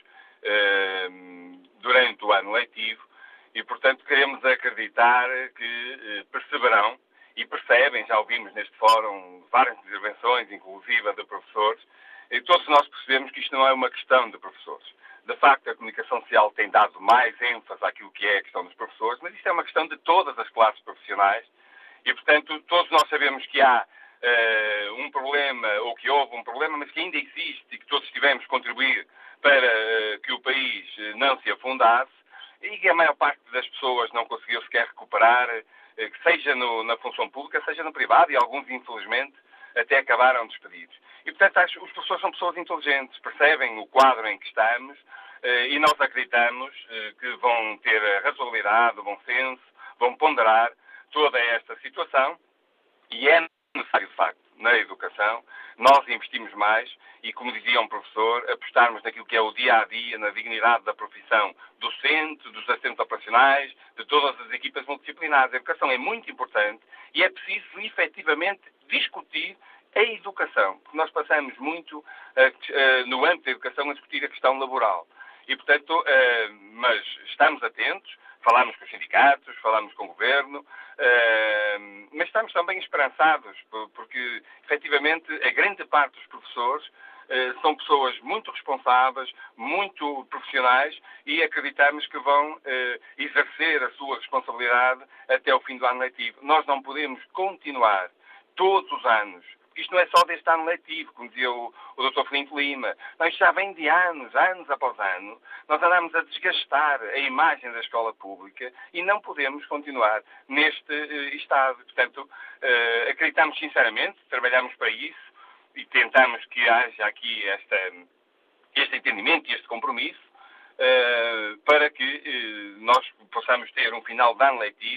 uh, durante o ano letivo e, portanto, queremos acreditar que uh, perceberão e percebem, já ouvimos neste fórum várias intervenções, inclusive de professores. E todos nós percebemos que isto não é uma questão de professores. De facto, a comunicação social tem dado mais ênfase àquilo que é a questão dos professores, mas isto é uma questão de todas as classes profissionais e, portanto, todos nós sabemos que há uh, um problema, ou que houve um problema, mas que ainda existe e que todos tivemos que contribuir para uh, que o país não se afundasse e que a maior parte das pessoas não conseguiu sequer recuperar, uh, seja no, na função pública, seja no privado, e alguns, infelizmente, até acabaram despedidos. E, portanto, acho que os professores são pessoas inteligentes, percebem o quadro em que estamos eh, e nós acreditamos eh, que vão ter a razoabilidade, o bom senso, vão ponderar toda esta situação e é necessário, de facto, na educação, nós investimos mais e, como dizia um professor, apostarmos naquilo que é o dia-a-dia, na dignidade da profissão docente, dos assistentes operacionais, de todas as equipas multidisciplinares. A educação é muito importante e é preciso, efetivamente, discutir a educação, porque nós passamos muito uh, uh, no âmbito da educação a discutir a questão laboral. E, portanto, uh, mas estamos atentos, falamos com os sindicatos, falamos com o governo, uh, mas estamos também esperançados, porque, efetivamente, a grande parte dos professores uh, são pessoas muito responsáveis, muito profissionais e acreditamos que vão uh, exercer a sua responsabilidade até o fim do ano letivo. Nós não podemos continuar todos os anos. Isto não é só deste ano letivo, como dizia o, o doutor Filipe Lima. Nós já vem de anos, anos após ano, nós andamos a desgastar a imagem da escola pública e não podemos continuar neste uh, estado. Portanto, uh, acreditamos sinceramente, trabalhamos para isso e tentamos que haja aqui esta, este entendimento e este compromisso uh, para que uh, nós possamos ter um final de ano letivo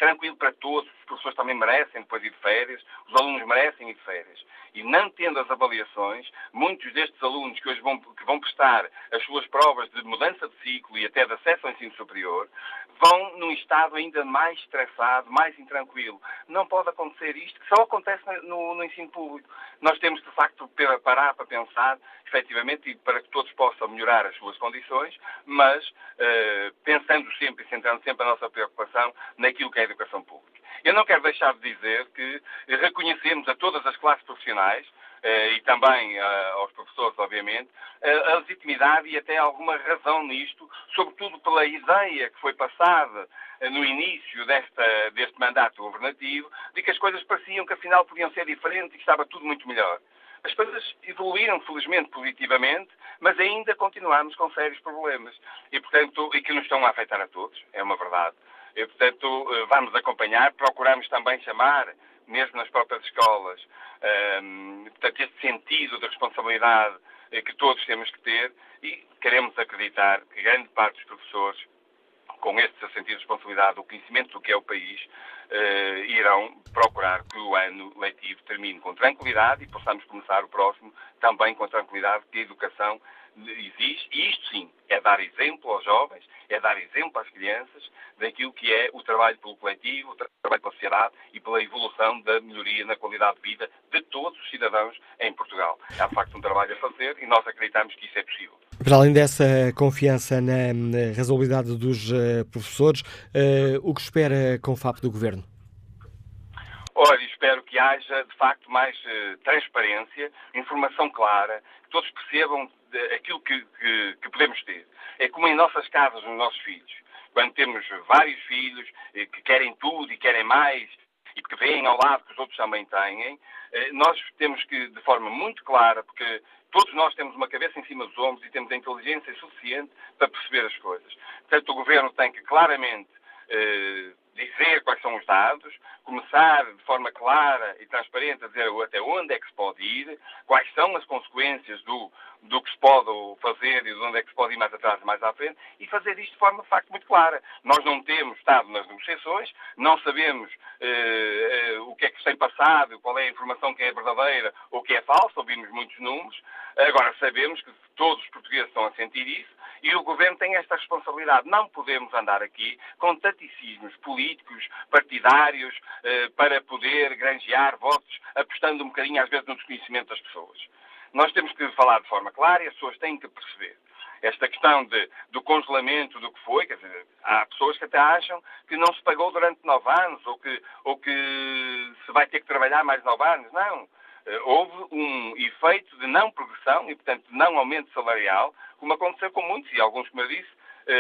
tranquilo para todos, os professores também merecem depois ir de férias, os alunos merecem ir de férias. E não tendo as avaliações, muitos destes alunos que hoje vão, que vão prestar as suas provas de mudança de ciclo e até de acesso ao ensino superior, vão num estado ainda mais estressado, mais intranquilo. Não pode acontecer isto, que só acontece no, no ensino público. Nós temos, de facto, parar para pensar, efetivamente, e para que todos possam melhorar as suas condições, mas uh, pensando sempre e centrando sempre a nossa preocupação naquilo que é a educação pública. Eu não quero deixar de dizer que reconhecemos a todas as classes profissionais, Uh, e também uh, aos professores, obviamente, uh, a legitimidade e até alguma razão nisto, sobretudo pela ideia que foi passada uh, no início desta, deste mandato governativo, de que as coisas pareciam que afinal podiam ser diferentes e que estava tudo muito melhor. As coisas evoluíram, felizmente, positivamente, mas ainda continuamos com sérios problemas e, portanto, e que nos estão a afetar a todos, é uma verdade. E, portanto, uh, vamos acompanhar, procuramos também chamar, mesmo nas próprias escolas, um, portanto, este sentido de responsabilidade que todos temos que ter e queremos acreditar que grande parte dos professores, com este sentido de responsabilidade, o conhecimento do que é o país, uh, irão procurar que o ano letivo termine com tranquilidade e possamos começar o próximo também com a tranquilidade que a educação existe. E isto sim, é dar exemplo aos jovens, é dar exemplo às crianças daquilo que é o trabalho pelo coletivo, o trabalho pela sociedade e pela evolução da melhoria na qualidade de vida de todos os cidadãos em Portugal. Há de facto um trabalho a fazer e nós acreditamos que isso é possível. Para além dessa confiança na, na razoabilidade dos uh, professores, uh, o que espera com o F A P do Governo? Olha, espero que haja, de facto, mais uh, transparência, informação clara, que todos percebam de, aquilo que, que, que podemos ter. É como em nossas casas, nos nossos filhos. Quando temos vários filhos eh, que querem tudo e querem mais e que veem ao lado que os outros também têm, eh, nós temos que, de forma muito clara, porque todos nós temos uma cabeça em cima dos ombros e temos a inteligência suficiente para perceber as coisas. Portanto, o Governo tem que claramente eh, dizer quais são os dados, começar de forma clara e transparente a dizer até onde é que se pode ir, quais são as consequências do, do que se pode fazer e de onde é que se pode ir mais atrás e mais à frente, e fazer isto de forma, de facto, muito clara. Nós não temos estado nas negociações, não sabemos eh, eh, o que é que se tem passado, qual é a informação que é verdadeira ou que é falsa, ouvimos muitos números, agora sabemos que todos os portugueses estão a sentir isso, e o Governo tem esta responsabilidade. Não podemos andar aqui com taticismos políticos, partidários, eh, para poder granjear votos, apostando um bocadinho, às vezes, no desconhecimento das pessoas. Nós temos que falar de forma clara e as pessoas têm que perceber. Esta questão de, do congelamento do que foi, quer dizer, há pessoas que até acham que não se pagou durante nove anos ou que, ou que se vai ter que trabalhar mais nove anos. Não. Houve um efeito de não progressão e, portanto, de não aumento salarial, como aconteceu com muitos, e alguns, como eu disse,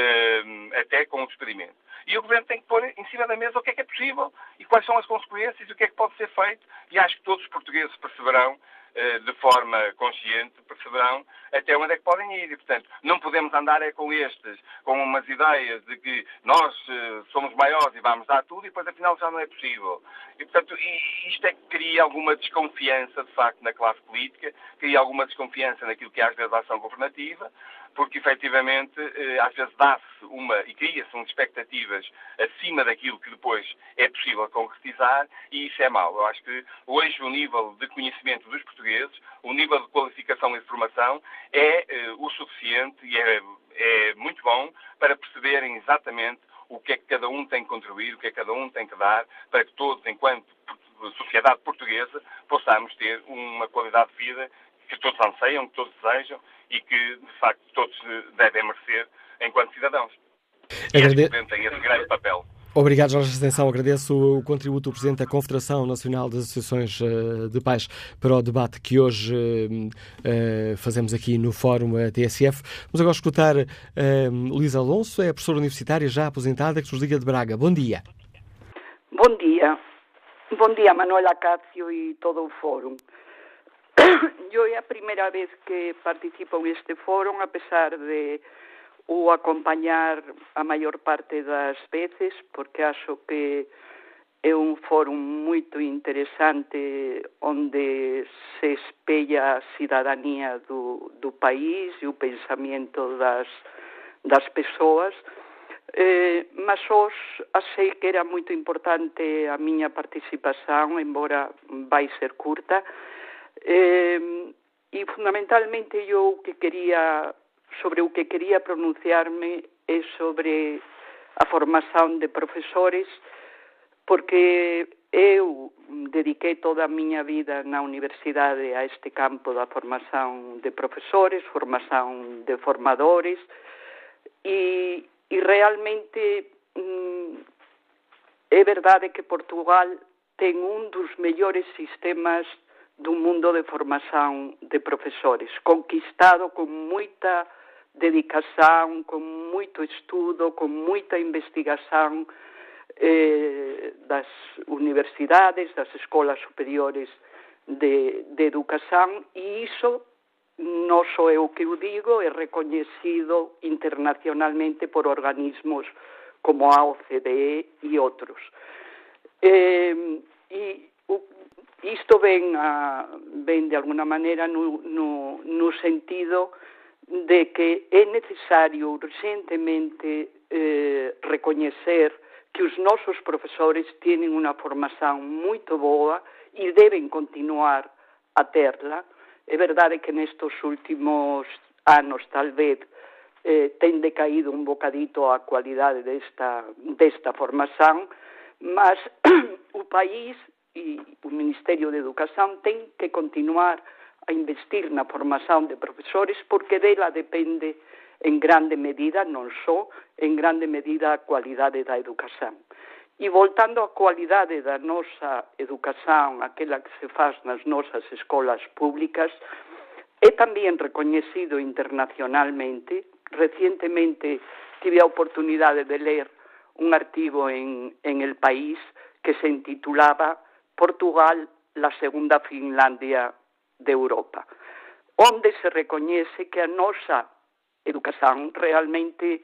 até com o experimento. E o Governo tem que pôr em cima da mesa o que é que é possível e quais são as consequências e o que é que pode ser feito. E acho que todos os portugueses perceberão, de forma consciente, perceberão até onde é que podem ir. E, portanto, não podemos andar é com estes, com umas ideias de que nós uh, somos maiores e vamos dar tudo e depois, afinal, já não é possível. E, portanto, isto é que cria alguma desconfiança, de facto, na classe política, cria alguma desconfiança naquilo que é, às vezes, a ação governativa, porque, efetivamente, uh, às vezes dá-se uma e cria-se umas expectativas acima daquilo que depois é possível concretizar e isso é mau. Eu acho que hoje o nível de conhecimento dos portugueses, o nível de qualificação e de formação é uh, o suficiente e é, é muito bom para perceberem exatamente o que é que cada um tem que contribuir, o que é que cada um tem que dar, para que todos, enquanto sociedade portuguesa, possamos ter uma qualidade de vida que todos anseiam, que todos desejam e que, de facto, todos devem merecer enquanto cidadãos. E Agrade... este Governo tem esse grande papel. Obrigado, Jorge Ascensão. Agradeço o contributo do Presidente da Confederação Nacional das Associações de Pais para o debate que hoje uh, uh, fazemos aqui no Fórum T S F. Vamos agora escutar uh, Luísa Alonso, é professora universitária já aposentada, que nos liga de Braga. Bom dia. Bom dia. Bom dia, Manuel Acácio e todo o Fórum. Eu é a primeira vez que participo neste fórum, a pesar de o acompanhar a maior parte das veces, porque acho que é um fórum muito interessante onde se espelha a cidadania do, do país e o pensamento das, das pessoas. Eh, mas hoxe achei que era moito importante a miña participación, embora vai ser curta, eh, e fundamentalmente eu que quería, sobre o que quería pronunciarme é sobre a formación de profesores, porque eu dediquei toda a miña vida na universidade a este campo da formación de profesores, formación de formadores, e, e realmente mm, é verdade que Portugal ten un dos mellores sistemas do mundo de formación de profesores, conquistado con moita dedicación, con moito estudo, con moita investigación eh, das universidades, das escolas superiores de, de educación, e iso non só eu que o digo, é recoñecido internacionalmente por organismos como a O C D E e outros. Eh, e o, isto ven, a, ven de alguna maneira no, no, no sentido de que é necesario urgentemente eh, recoñecer que os nosos profesores tienen unha formación moito boa e deben continuar a terla. É verdade que nestes últimos anos, tal vez, eh, ten decaído un bocadito a cualidade desta, desta formación, mas o país e o Ministerio de Educación ten que continuar a investir na formación de profesores, porque dela depende en grande medida, non só, en grande medida a cualidade da educación. E voltando á cualidade da nosa educación, aquela que se faz nas nosas escolas públicas, é tamén recoñecido internacionalmente. Recientemente tive a oportunidade de ler un artigo en, en El País que se intitulaba Portugal, la segunda Finlandia de Europa, onde se recoñece que a nosa educación realmente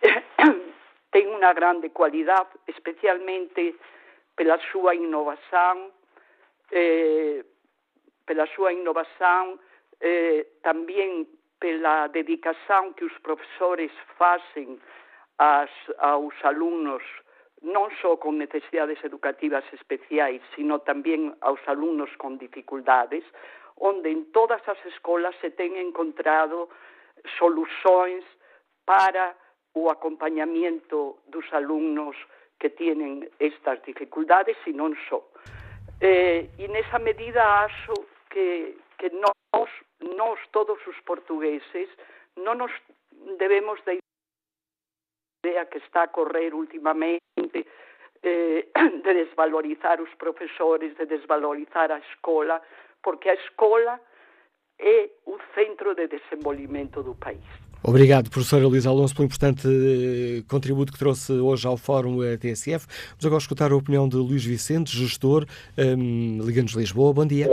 ten unha grande cualidade, especialmente pela súa innovación, eh, pela súa innovación, eh, tamén pela dedicación que os profesores facen as, aos alumnos, non só con necesidades educativas especiais, sino tamén aos alumnos con dificultades, onde en todas as escolas se ten encontrado soluções para o acompañamiento dos alumnos que tienen estas dificultades e non só. Eh, e nesa medida acho que, que nós, nós, todos os portugueses, non nos debemos de idea que está a correr ultimamente eh, de desvalorizar os profesores, de desvalorizar a escola, porque a escola é o centro de desenvolvimento do país. Obrigado, professora Luísa Alonso, pelo importante contributo que trouxe hoje ao Fórum T S F. Vamos agora escutar a opinião de Luís Vicente, gestor, um, Liga-nos Lisboa. Bom dia.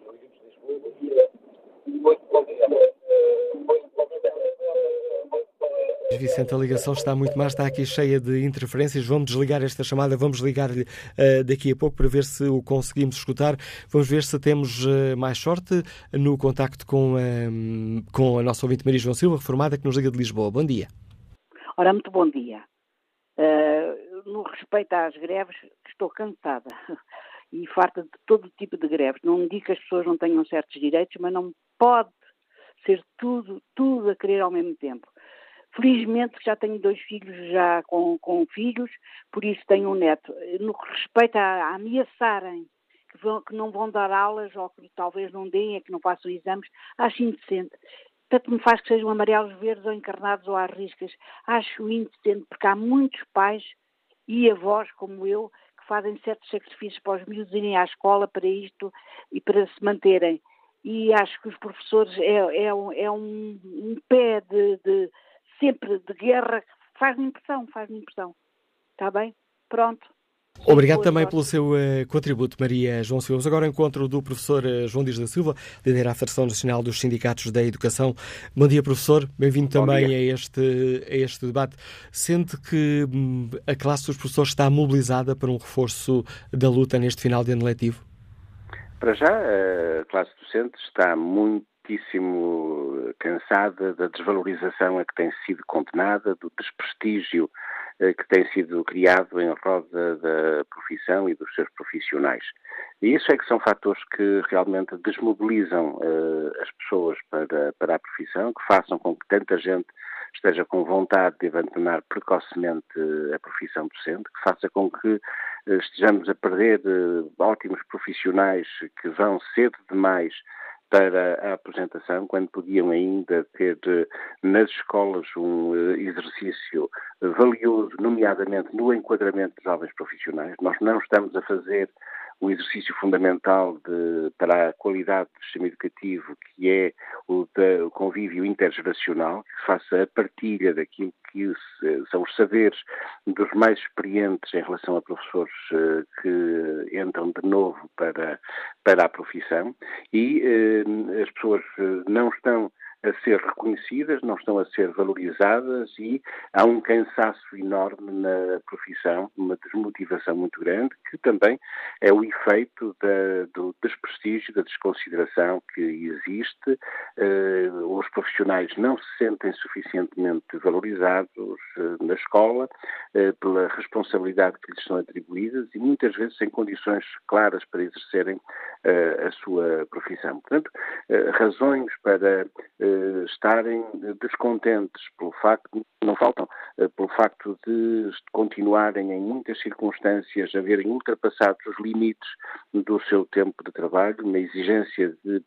Vicente, a ligação está muito má, está aqui cheia de interferências. Vamos desligar esta chamada, vamos ligar-lhe uh, daqui a pouco para ver se o conseguimos escutar. Vamos ver se temos uh, mais sorte no contacto com, uh, com a nossa ouvinte Maria João Silva, reformada, que nos liga de Lisboa. Bom dia. Ora, muito bom dia. Uh, no respeito às greves, estou cansada e farta de todo tipo de greves. Não digo que as pessoas não tenham certos direitos, mas não pode ser tudo, tudo a querer ao mesmo tempo. Felizmente já tenho dois filhos já com, com filhos, por isso tenho um neto. No que respeita a, a ameaçarem que, vão, que não vão dar aulas ou que talvez não deem, que não façam exames, acho indecente. Tanto me faz que sejam amarelos, verdes ou encarnados ou às riscas. Acho indecente porque há muitos pais e avós como eu que fazem certos sacrifícios para os miúdos irem à escola para isto e para se manterem. E acho que os professores é, é, um, é um, um pé de... de sempre de guerra, faz-me impressão, faz-me impressão. Está bem? Pronto. Obrigado também pelo seu uh, contributo, Maria João Silva. Agora o encontro do professor uh, João Dias da Silva, líder da Federação Nacional dos Sindicatos da Educação. Bom dia, professor. Bem-vindo também a este, a este debate. Sente que hum, a classe dos professores está mobilizada para um reforço da luta neste final de ano letivo? Para já, a classe docente está muito muitíssimo cansada da desvalorização a que tem sido condenada, do desprestígio que tem sido criado em roda da profissão e dos seus profissionais. E isso é que são fatores que realmente desmobilizam uh, as pessoas para, para a profissão, que façam com que tanta gente esteja com vontade de abandonar precocemente a profissão docente, que faça com que uh, estejamos a perder uh, ótimos profissionais que vão cedo demais para a aposentação, quando podiam ainda ter nas escolas um exercício valioso, nomeadamente no enquadramento de jovens profissionais. Nós não estamos a fazer o exercício fundamental de, para a qualidade do sistema educativo, que é o, de, o convívio intergeracional, que faça a partilha daquilo que são os saberes dos mais experientes em relação a professores uh, que entram de novo para, para a profissão, e uh, as pessoas não estão a ser reconhecidas, não estão a ser valorizadas, e há um cansaço enorme na profissão, uma desmotivação muito grande, que também é o efeito da, do desprestígio, da desconsideração que existe. Uh, os profissionais não se sentem suficientemente valorizados uh, na escola uh, pela responsabilidade que lhes são atribuídas e muitas vezes sem condições claras para exercerem uh, a sua profissão. Portanto, uh, razões para uh, estarem descontentes pelo facto, não faltam, pelo facto de continuarem em muitas circunstâncias a verem ultrapassados os limites do seu tempo de trabalho, uma exigência de,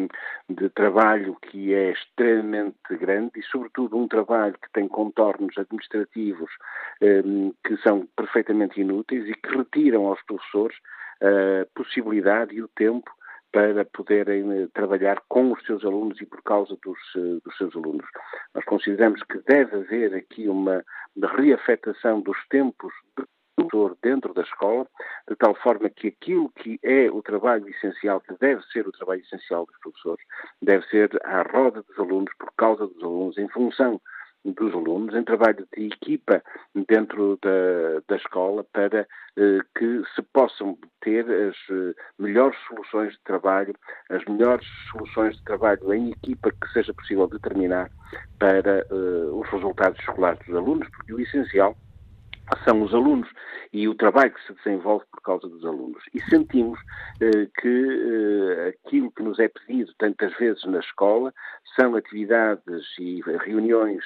de trabalho que é extremamente grande e, sobretudo, um trabalho que tem contornos administrativos eh, que são perfeitamente inúteis e que retiram aos professores a possibilidade e o tempo para poderem trabalhar com os seus alunos e por causa dos, dos seus alunos. Nós consideramos que deve haver aqui uma, uma reafetação dos tempos do professor dentro da escola, de tal forma que aquilo que é o trabalho essencial, que deve ser o trabalho essencial dos professores, deve ser à roda dos alunos, por causa dos alunos, em função dos alunos, em trabalho de equipa dentro da, da escola, para eh, que se possam ter as eh, melhores soluções de trabalho, as melhores soluções de trabalho em equipa que seja possível determinar para eh, os resultados escolares dos alunos, porque o essencial são os alunos e o trabalho que se desenvolve por causa dos alunos. E sentimos eh, que eh, aquilo que nos é pedido tantas vezes na escola são atividades e reuniões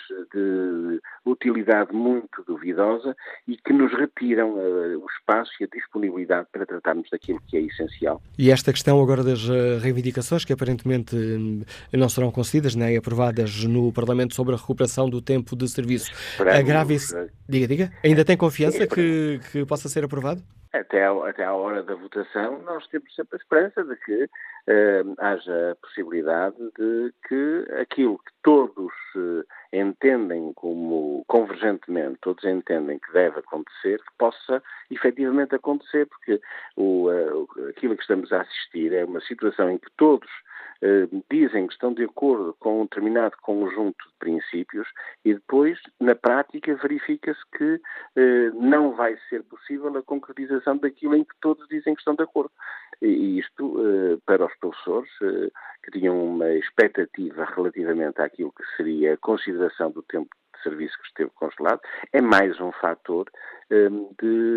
de utilidade muito duvidosa e que nos retiram eh, o espaço e a disponibilidade para tratarmos daquilo que é essencial. E esta questão agora das reivindicações que aparentemente não serão concedidas nem aprovadas no Parlamento sobre a recuperação do tempo de serviço. Agrave-se. Diga, diga. Ainda tem confiança que, que possa ser aprovado? Até, a, até à hora da votação, nós temos sempre a esperança de que uh, haja a possibilidade de que aquilo que todos uh, entendem como convergentemente, todos entendem que deve acontecer, que possa efetivamente acontecer, porque o, uh, aquilo que estamos a assistir é uma situação em que todos Uh, dizem que estão de acordo com um determinado conjunto de princípios e depois, na prática, verifica-se que uh, não vai ser possível a concretização daquilo em que todos dizem que estão de acordo. E, e isto, uh, para os professores, uh, que tinham uma expectativa relativamente àquilo que seria a consideração do tempo de serviço que esteve congelado, é mais um fator um,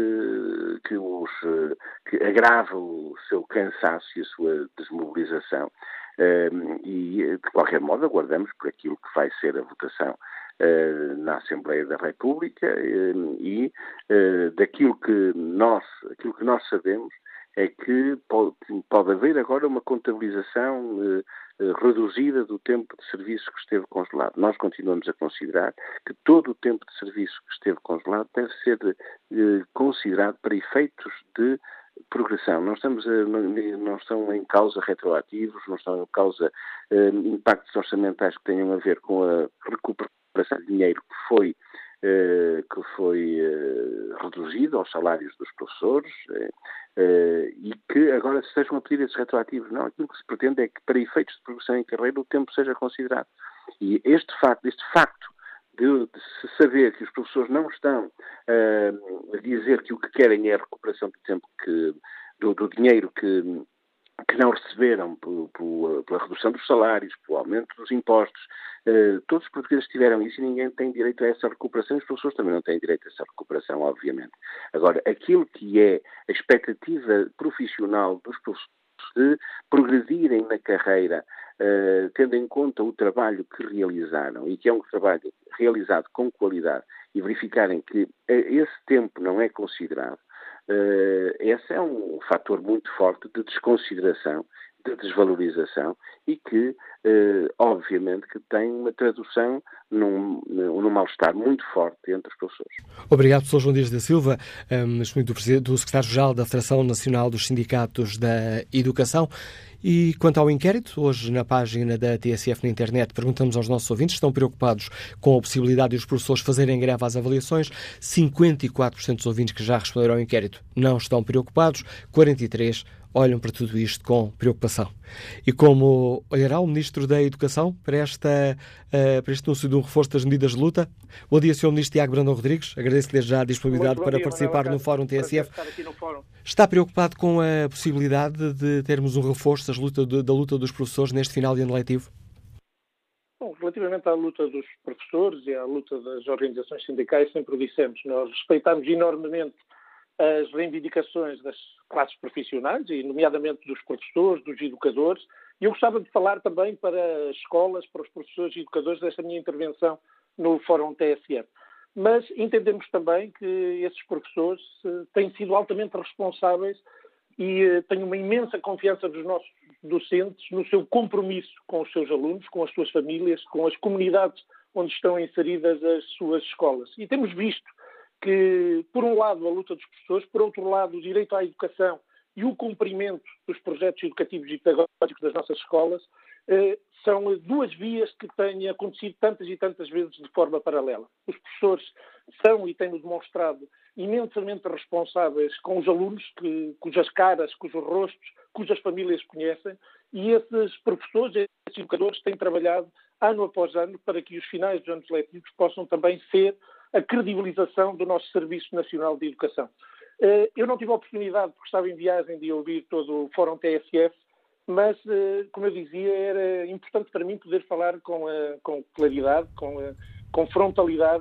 de, que, os, que agrava o seu cansaço e a sua desmobilização. Um, e, de qualquer modo, aguardamos por aquilo que vai ser a votação uh, na Assembleia da República um, e uh, daquilo que nós, aquilo que nós sabemos é que pode, pode haver agora uma contabilização uh, uh, reduzida do tempo de serviço que esteve congelado. Nós continuamos a considerar que todo o tempo de serviço que esteve congelado deve ser uh, considerado para efeitos de progressão. Não estamos a, não, não estão em causa retroativos, não estão em causa eh, impactos orçamentais que tenham a ver com a recuperação de dinheiro que foi, eh, que foi eh, reduzido aos salários dos professores eh, eh, e que agora se estejam a pedir esses retroativos. Não, aquilo que se pretende é que para efeitos de progressão em carreira o tempo seja considerado. E este facto, este facto De, de se saber que os professores não estão uh, a dizer que o que querem é a recuperação do tempo que, do, do dinheiro que, que não receberam por, por, pela redução dos salários, pelo aumento dos impostos. Uh, todos os portugueses tiveram isso e ninguém tem direito a essa recuperação. Os professores também não têm direito a essa recuperação, obviamente. Agora, aquilo que é a expectativa profissional dos professores de progredirem na carreira, uh, tendo em conta o trabalho que realizaram, e que é um trabalho realizado com qualidade, e verificarem que uh, esse tempo não é considerado, uh, esse é um fator muito forte de desconsideração, de desvalorização, e que, eh, obviamente, que tem uma tradução num, num mal-estar muito forte entre os professores. Obrigado, professor João Dias da Silva, um, do, do secretário-geral da Federação Nacional dos Sindicatos da Educação. E quanto ao inquérito, hoje na página da T S F na internet, perguntamos aos nossos ouvintes se estão preocupados com a possibilidade de os professores fazerem greve às avaliações. cinquenta e quatro por cento dos ouvintes que já responderam ao inquérito não estão preocupados, quarenta e três por cento olham para tudo isto com preocupação. E como olhará o Ministro da Educação para, esta, uh, para este anúncio de um reforço das medidas de luta? Bom dia, senhor Ministro Tiago Brandão Rodrigues. Agradeço desde já a disponibilidade para dia, participar no Fórum T S F. Fórum. Está preocupado com a possibilidade de termos um reforço das luta, de, da luta dos professores neste final de ano letivo? Bom, relativamente à luta dos professores e à luta das organizações sindicais, sempre o dissemos, nós respeitamos enormemente as reivindicações das classes profissionais, e nomeadamente dos professores, dos educadores, e eu gostava de falar também para as escolas, para os professores e educadores, desta minha intervenção no Fórum T S F. Mas entendemos também que esses professores têm sido altamente responsáveis e tenho uma imensa confiança dos nossos docentes no seu compromisso com os seus alunos, com as suas famílias, com as comunidades onde estão inseridas as suas escolas. E temos visto que, por um lado, a luta dos professores, por outro lado, o direito à educação e o cumprimento dos projetos educativos e pedagógicos das nossas escolas eh, são duas vias que têm acontecido tantas e tantas vezes de forma paralela. Os professores são e têm-nos demonstrado imensamente responsáveis com os alunos, que, cujas caras, cujos rostos, cujas famílias conhecem, e esses professores, esses educadores, têm trabalhado ano após ano para que os finais dos anos letivos possam também ser a credibilização do nosso Serviço Nacional de Educação. Eu não tive a oportunidade, porque estava em viagem, de ouvir todo o Fórum T S F, mas, como eu dizia, era importante para mim poder falar com, com claridade, com, com frontalidade,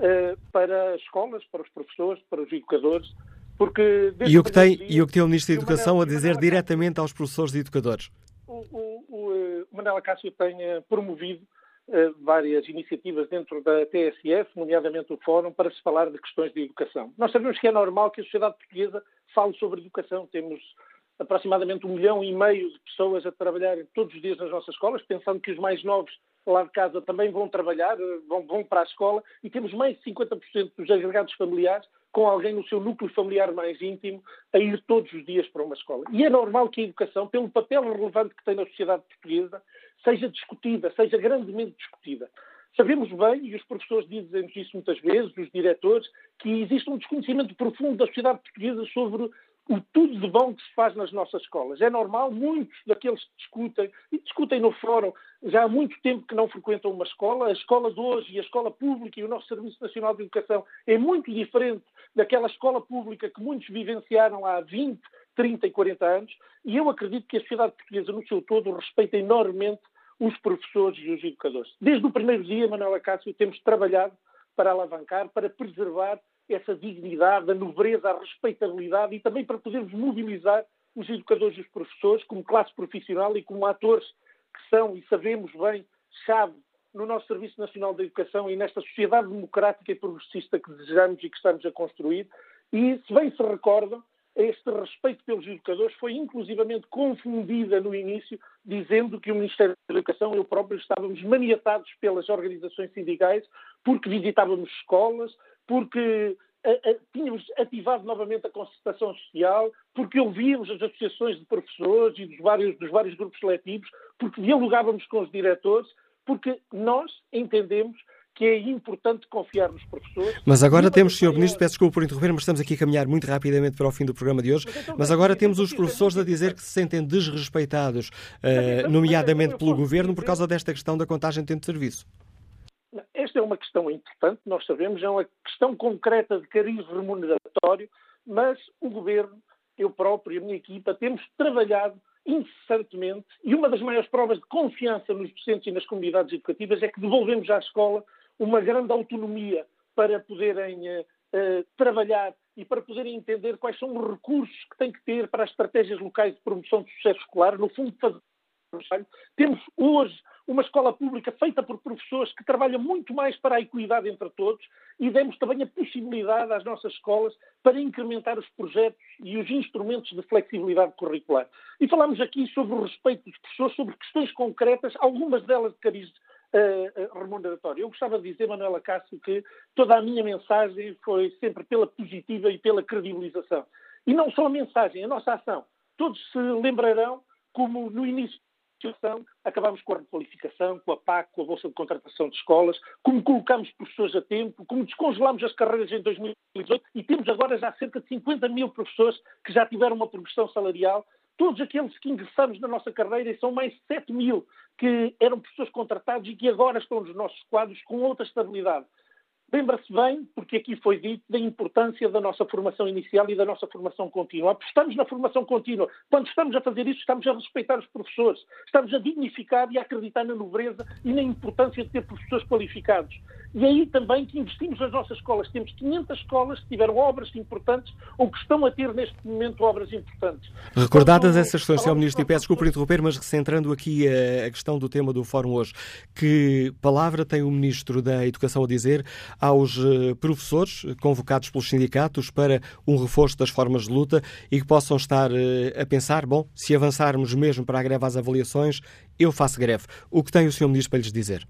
para as escolas, para os professores, para os educadores, porque... E o que tem, dia, e o, que tem o Ministro da Educação Manela, a dizer Manela diretamente aos professores e educadores? O, o, o, o Manuel Acácio tem promovido Uh, várias iniciativas dentro da T S F, nomeadamente o Fórum, para se falar de questões de educação. Nós sabemos que é normal que a sociedade portuguesa fale sobre educação. Temos aproximadamente um milhão e meio de pessoas a trabalhar todos os dias nas nossas escolas, pensando que os mais novos lá de casa também vão trabalhar, vão, vão para a escola, e temos mais de cinquenta por cento dos agregados familiares com alguém no seu núcleo familiar mais íntimo a ir todos os dias para uma escola. E é normal que a educação, pelo papel relevante que tem na sociedade portuguesa, seja discutida, seja grandemente discutida. Sabemos bem, e os professores dizem-nos isso muitas vezes, os diretores, que existe um desconhecimento profundo da sociedade portuguesa sobre o tudo de bom que se faz nas nossas escolas. É normal, muitos daqueles que discutem, e discutem no fórum, já há muito tempo que não frequentam uma escola. A escola de hoje e a escola pública e o nosso Serviço Nacional de Educação é muito diferente daquela escola pública que muitos vivenciaram há vinte, trinta e quarenta anos, e eu acredito que a sociedade portuguesa no seu todo respeita enormemente os professores e os educadores. Desde o primeiro dia, Manuel Acácio, temos trabalhado para alavancar, para preservar essa dignidade, a nobreza, a respeitabilidade, e também para podermos mobilizar os educadores e os professores como classe profissional e como atores que são, e sabemos bem, chave no nosso Serviço Nacional de Educação e nesta sociedade democrática e progressista que desejamos e que estamos a construir. E, se bem se recordam, este respeito pelos educadores foi inclusivamente confundida no início, dizendo que o Ministério da Educação, eu próprio, estávamos maniatados pelas organizações sindicais porque visitávamos escolas, porque a, a, tínhamos ativado novamente a concertação social, porque ouvíamos as associações de professores e dos vários, dos vários grupos seletivos, porque dialogávamos com os diretores, porque nós entendemos que é importante confiar nos professores. Mas agora temos, senhor Ministro, peço desculpa por interromper, mas estamos aqui a caminhar muito rapidamente para o fim do programa de hoje, mas, então, mas agora temos os professores a dizer que se sentem desrespeitados, uh, nomeadamente pelo Governo, por causa desta questão da contagem de tempo de serviço. Esta é uma questão importante, nós sabemos, é uma questão concreta de cariz remuneratório, mas o Governo, eu próprio e a minha equipa, temos trabalhado incessantemente, e uma das maiores provas de confiança nos docentes e nas comunidades educativas é que devolvemos à escola uma grande autonomia para poderem uh, uh, trabalhar e para poderem entender quais são os recursos que têm que ter para as estratégias locais de promoção de sucesso escolar. No fundo, fazer... temos hoje uma escola pública feita por professores que trabalham muito mais para a equidade entre todos e demos também a possibilidade às nossas escolas para incrementar os projetos e os instrumentos de flexibilidade curricular. E falamos aqui sobre o respeito dos professores, sobre questões concretas, algumas delas de cariz uh, remuneratório. Eu gostava de dizer, Manuela Cássio, que toda a minha mensagem foi sempre pela positiva e pela credibilização. E não só a mensagem, a nossa ação. Todos se lembrarão como no início acabámos com a requalificação, com a P A C, com a Bolsa de Contratação de Escolas, como colocámos professores a tempo, como descongelámos as carreiras em dois mil e dezoito e temos agora já cerca de cinquenta mil professores que já tiveram uma progressão salarial. Todos aqueles que ingressamos na nossa carreira, e são mais de sete mil que eram professores contratados e que agora estão nos nossos quadros com outra estabilidade. Lembra-se bem, porque aqui foi dito, da importância da nossa formação inicial e da nossa formação contínua. Apostamos na formação contínua. Quando estamos a fazer isso, estamos a respeitar os professores. Estamos a dignificar e a acreditar na nobreza e na importância de ter professores qualificados. E aí também que investimos nas nossas escolas. Temos quinhentas escolas que tiveram obras importantes ou que estão a ter neste momento obras importantes. Recordadas Quando... essas questões, senhor Ministro, e peço desculpa por interromper, mas centrando aqui a, a questão do tema do Fórum hoje, que palavra tem o Ministro da Educação a dizer aos professores convocados pelos sindicatos para um reforço das formas de luta e que possam estar a pensar, bom, se avançarmos mesmo para a greve às avaliações, eu faço greve. O que tem o senhor Ministro para lhes dizer?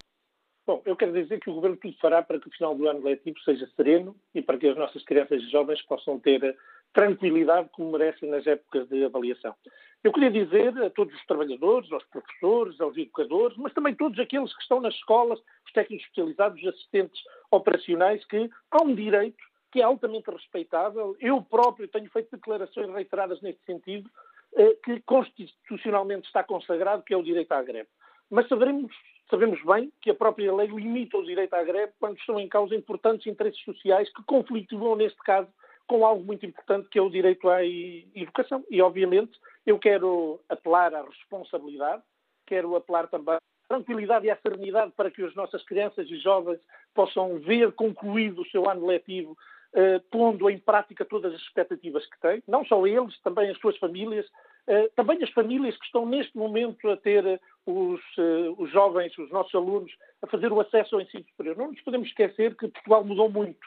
Bom, eu quero dizer que o Governo tudo fará para que o final do ano letivo seja sereno e para que as nossas crianças e jovens possam ter tranquilidade como merecem nas épocas de avaliação. Eu queria dizer a todos os trabalhadores, aos professores, aos educadores, mas também todos aqueles que estão nas escolas, os técnicos especializados, os assistentes operacionais, que há um direito que é altamente respeitável. Eu próprio tenho feito declarações reiteradas nesse sentido, que constitucionalmente está consagrado, que é o direito à greve. Mas saberemos, sabemos bem que a própria lei limita o direito à greve quando estão em causa importantes interesses sociais que conflituam, neste caso, com algo muito importante que é o direito à educação. E, obviamente, eu quero apelar à responsabilidade, quero apelar também à tranquilidade e à serenidade para que as nossas crianças e jovens possam ver concluído o seu ano letivo, eh, pondo em prática todas as expectativas que têm, não só eles, também as suas famílias, eh, também as famílias que estão neste momento a ter os, eh, os jovens, os nossos alunos, a fazer o acesso ao ensino superior. Não nos podemos esquecer que Portugal mudou muito.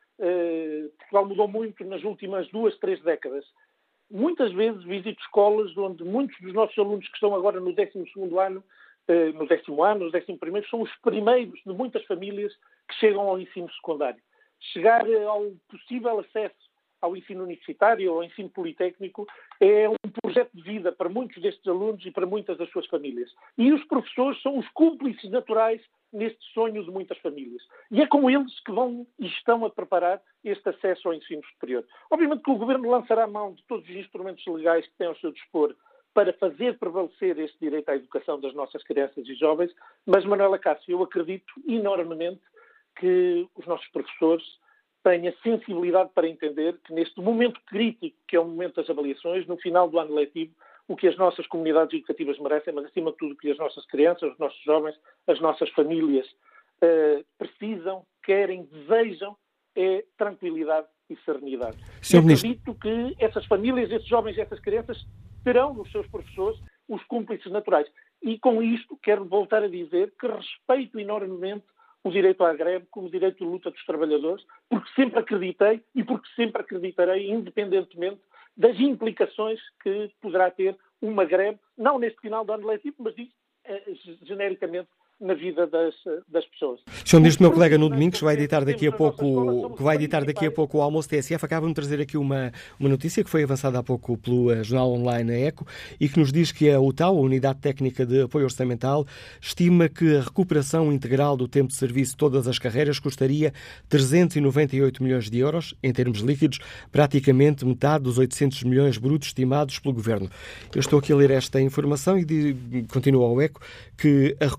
Uh, Portugal mudou muito nas últimas duas, três décadas. Muitas vezes visito escolas onde muitos dos nossos alunos que estão agora no décimo segundo ano, uh, no décimo ano, no décimo primeiro, são os primeiros de muitas famílias que chegam ao ensino secundário. Chegar uh, ao possível acesso ao ensino universitário ou ao ensino politécnico é um projeto de vida para muitos destes alunos e para muitas das suas famílias. E os professores são os cúmplices naturais neste sonho de muitas famílias. E é com eles que vão e estão a preparar este acesso ao ensino superior. Obviamente que o Governo lançará mão de todos os instrumentos legais que tem ao seu dispor para fazer prevalecer este direito à educação das nossas crianças e jovens, mas, Manuela Cássio, eu acredito enormemente que os nossos professores tenha sensibilidade para entender que neste momento crítico, que é o momento das avaliações, no final do ano letivo, o que as nossas comunidades educativas merecem, mas acima de tudo o que as nossas crianças, os nossos jovens, as nossas famílias uh, precisam, querem, desejam, é tranquilidade e serenidade. E acredito que essas famílias, esses jovens e essas crianças terão nos seus professores os cúmplices naturais. E com isto quero voltar a dizer que respeito enormemente o direito à greve como direito de luta dos trabalhadores, porque sempre acreditei e porque sempre acreditarei, independentemente das implicações que poderá ter uma greve, não neste final do ano letivo, mas digo, eh, genericamente na vida das, das pessoas. senhor Ministro, meu colega Nuno Domingos, vai editar daqui a pouco, que vai editar daqui a pouco o almoço T S F, acaba-me de trazer aqui uma, uma notícia que foi avançada há pouco pelo uh, jornal online A ECO e que nos diz que a U T A L, a Unidade Técnica de Apoio Orçamental, estima que a recuperação integral do tempo de serviço de todas as carreiras custaria trezentos e noventa e oito milhões de euros, em termos líquidos, praticamente metade dos oitocentos milhões brutos estimados pelo Governo. Eu estou aqui a ler esta informação e de, continua ao ECO que a recuperação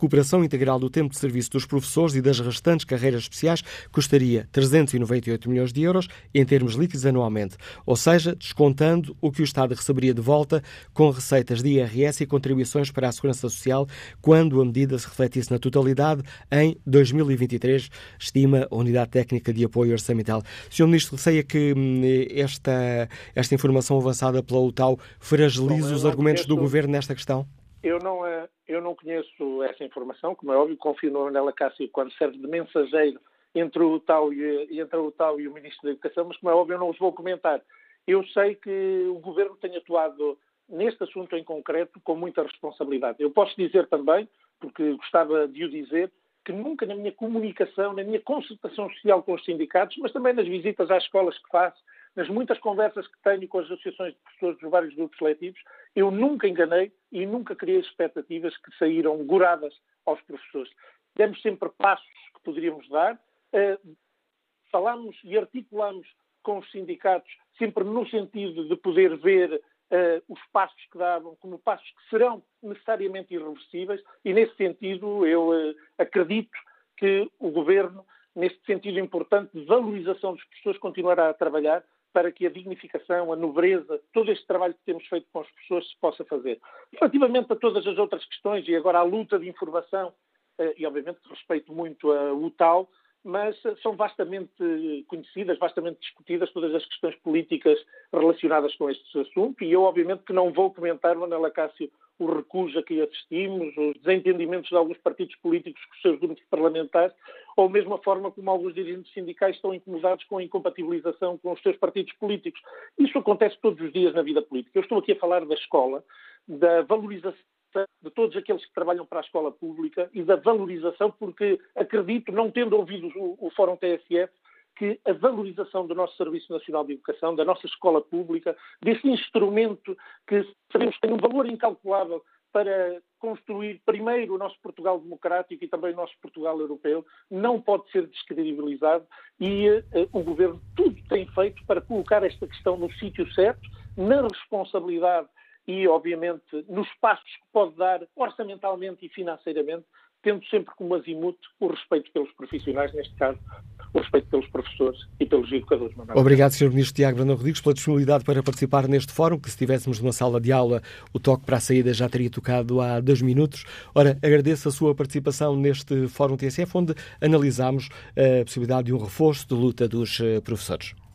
integral do tempo de serviço dos professores e das restantes carreiras especiais custaria trezentos e noventa e oito milhões de euros em termos líquidos anualmente, ou seja, descontando o que o Estado receberia de volta com receitas de I R S e contribuições para a Segurança Social quando a medida se refletisse na totalidade em dois mil e vinte e três, estima a Unidade Técnica de Apoio Orçamental. senhor Ministro, receia que esta, esta informação avançada pela U T A U fragilize os argumentos conheço, do Governo nesta questão? Eu não, eu não conheço essa informação, como é óbvio, confio na Manuela Cássio quando serve de mensageiro entre o U T A U e, entre a U T A U e o Ministro da Educação, mas como é óbvio eu não os vou comentar. Eu sei que o Governo tem atuado neste assunto em concreto com muita responsabilidade. Eu posso dizer também, porque gostava de o dizer, que nunca na minha comunicação, na minha concertação social com os sindicatos, mas também nas visitas às escolas que faço, nas muitas conversas que tenho com as associações de professores dos vários grupos seletivos, eu nunca enganei e nunca criei expectativas que saíram goradas aos professores. Demos sempre passos que poderíamos dar, uh, falámos e articulamos com os sindicatos sempre no sentido de poder ver Uh, os passos que davam como passos que serão necessariamente irreversíveis e, nesse sentido, eu uh, acredito que o Governo, neste sentido importante de valorização dos professores, continuará a trabalhar para que a dignificação, a nobreza, todo este trabalho que temos feito com os professores se possa fazer. Relativamente a todas as outras questões e agora à luta de informação, uh, e obviamente respeito muito a U T A U, mas são vastamente conhecidas, vastamente discutidas todas as questões políticas relacionadas com este assunto e eu, obviamente, que não vou comentar, Manuela Cássio, o recuo a que assistimos, os desentendimentos de alguns partidos políticos com os seus grupos parlamentares, ou mesmo a forma como alguns dirigentes sindicais estão incomodados com a incompatibilização com os seus partidos políticos. Isso acontece todos os dias na vida política. Eu estou aqui a falar da escola, da valorização de todos aqueles que trabalham para a escola pública e da valorização, porque acredito, não tendo ouvido o, o Fórum T S F, que a valorização do nosso Serviço Nacional de Educação, da nossa escola pública, desse instrumento que sabemos que tem um valor incalculável para construir primeiro o nosso Portugal democrático e também o nosso Portugal europeu, não pode ser descredibilizado e uh, o Governo tudo tem feito para colocar esta questão no sítio certo, na responsabilidade e, obviamente, nos passos que pode dar orçamentalmente e financeiramente, tendo sempre como azimute o respeito pelos profissionais, neste caso, o respeito pelos professores e pelos educadores. Obrigado, senhor Ministro Tiago Brandão Rodrigues, pela disponibilidade para participar neste fórum, que se estivéssemos numa sala de aula, o toque para a saída já teria tocado há dois minutos. Ora, agradeço a sua participação neste fórum T S F, onde analisámos a possibilidade de um reforço de luta dos professores.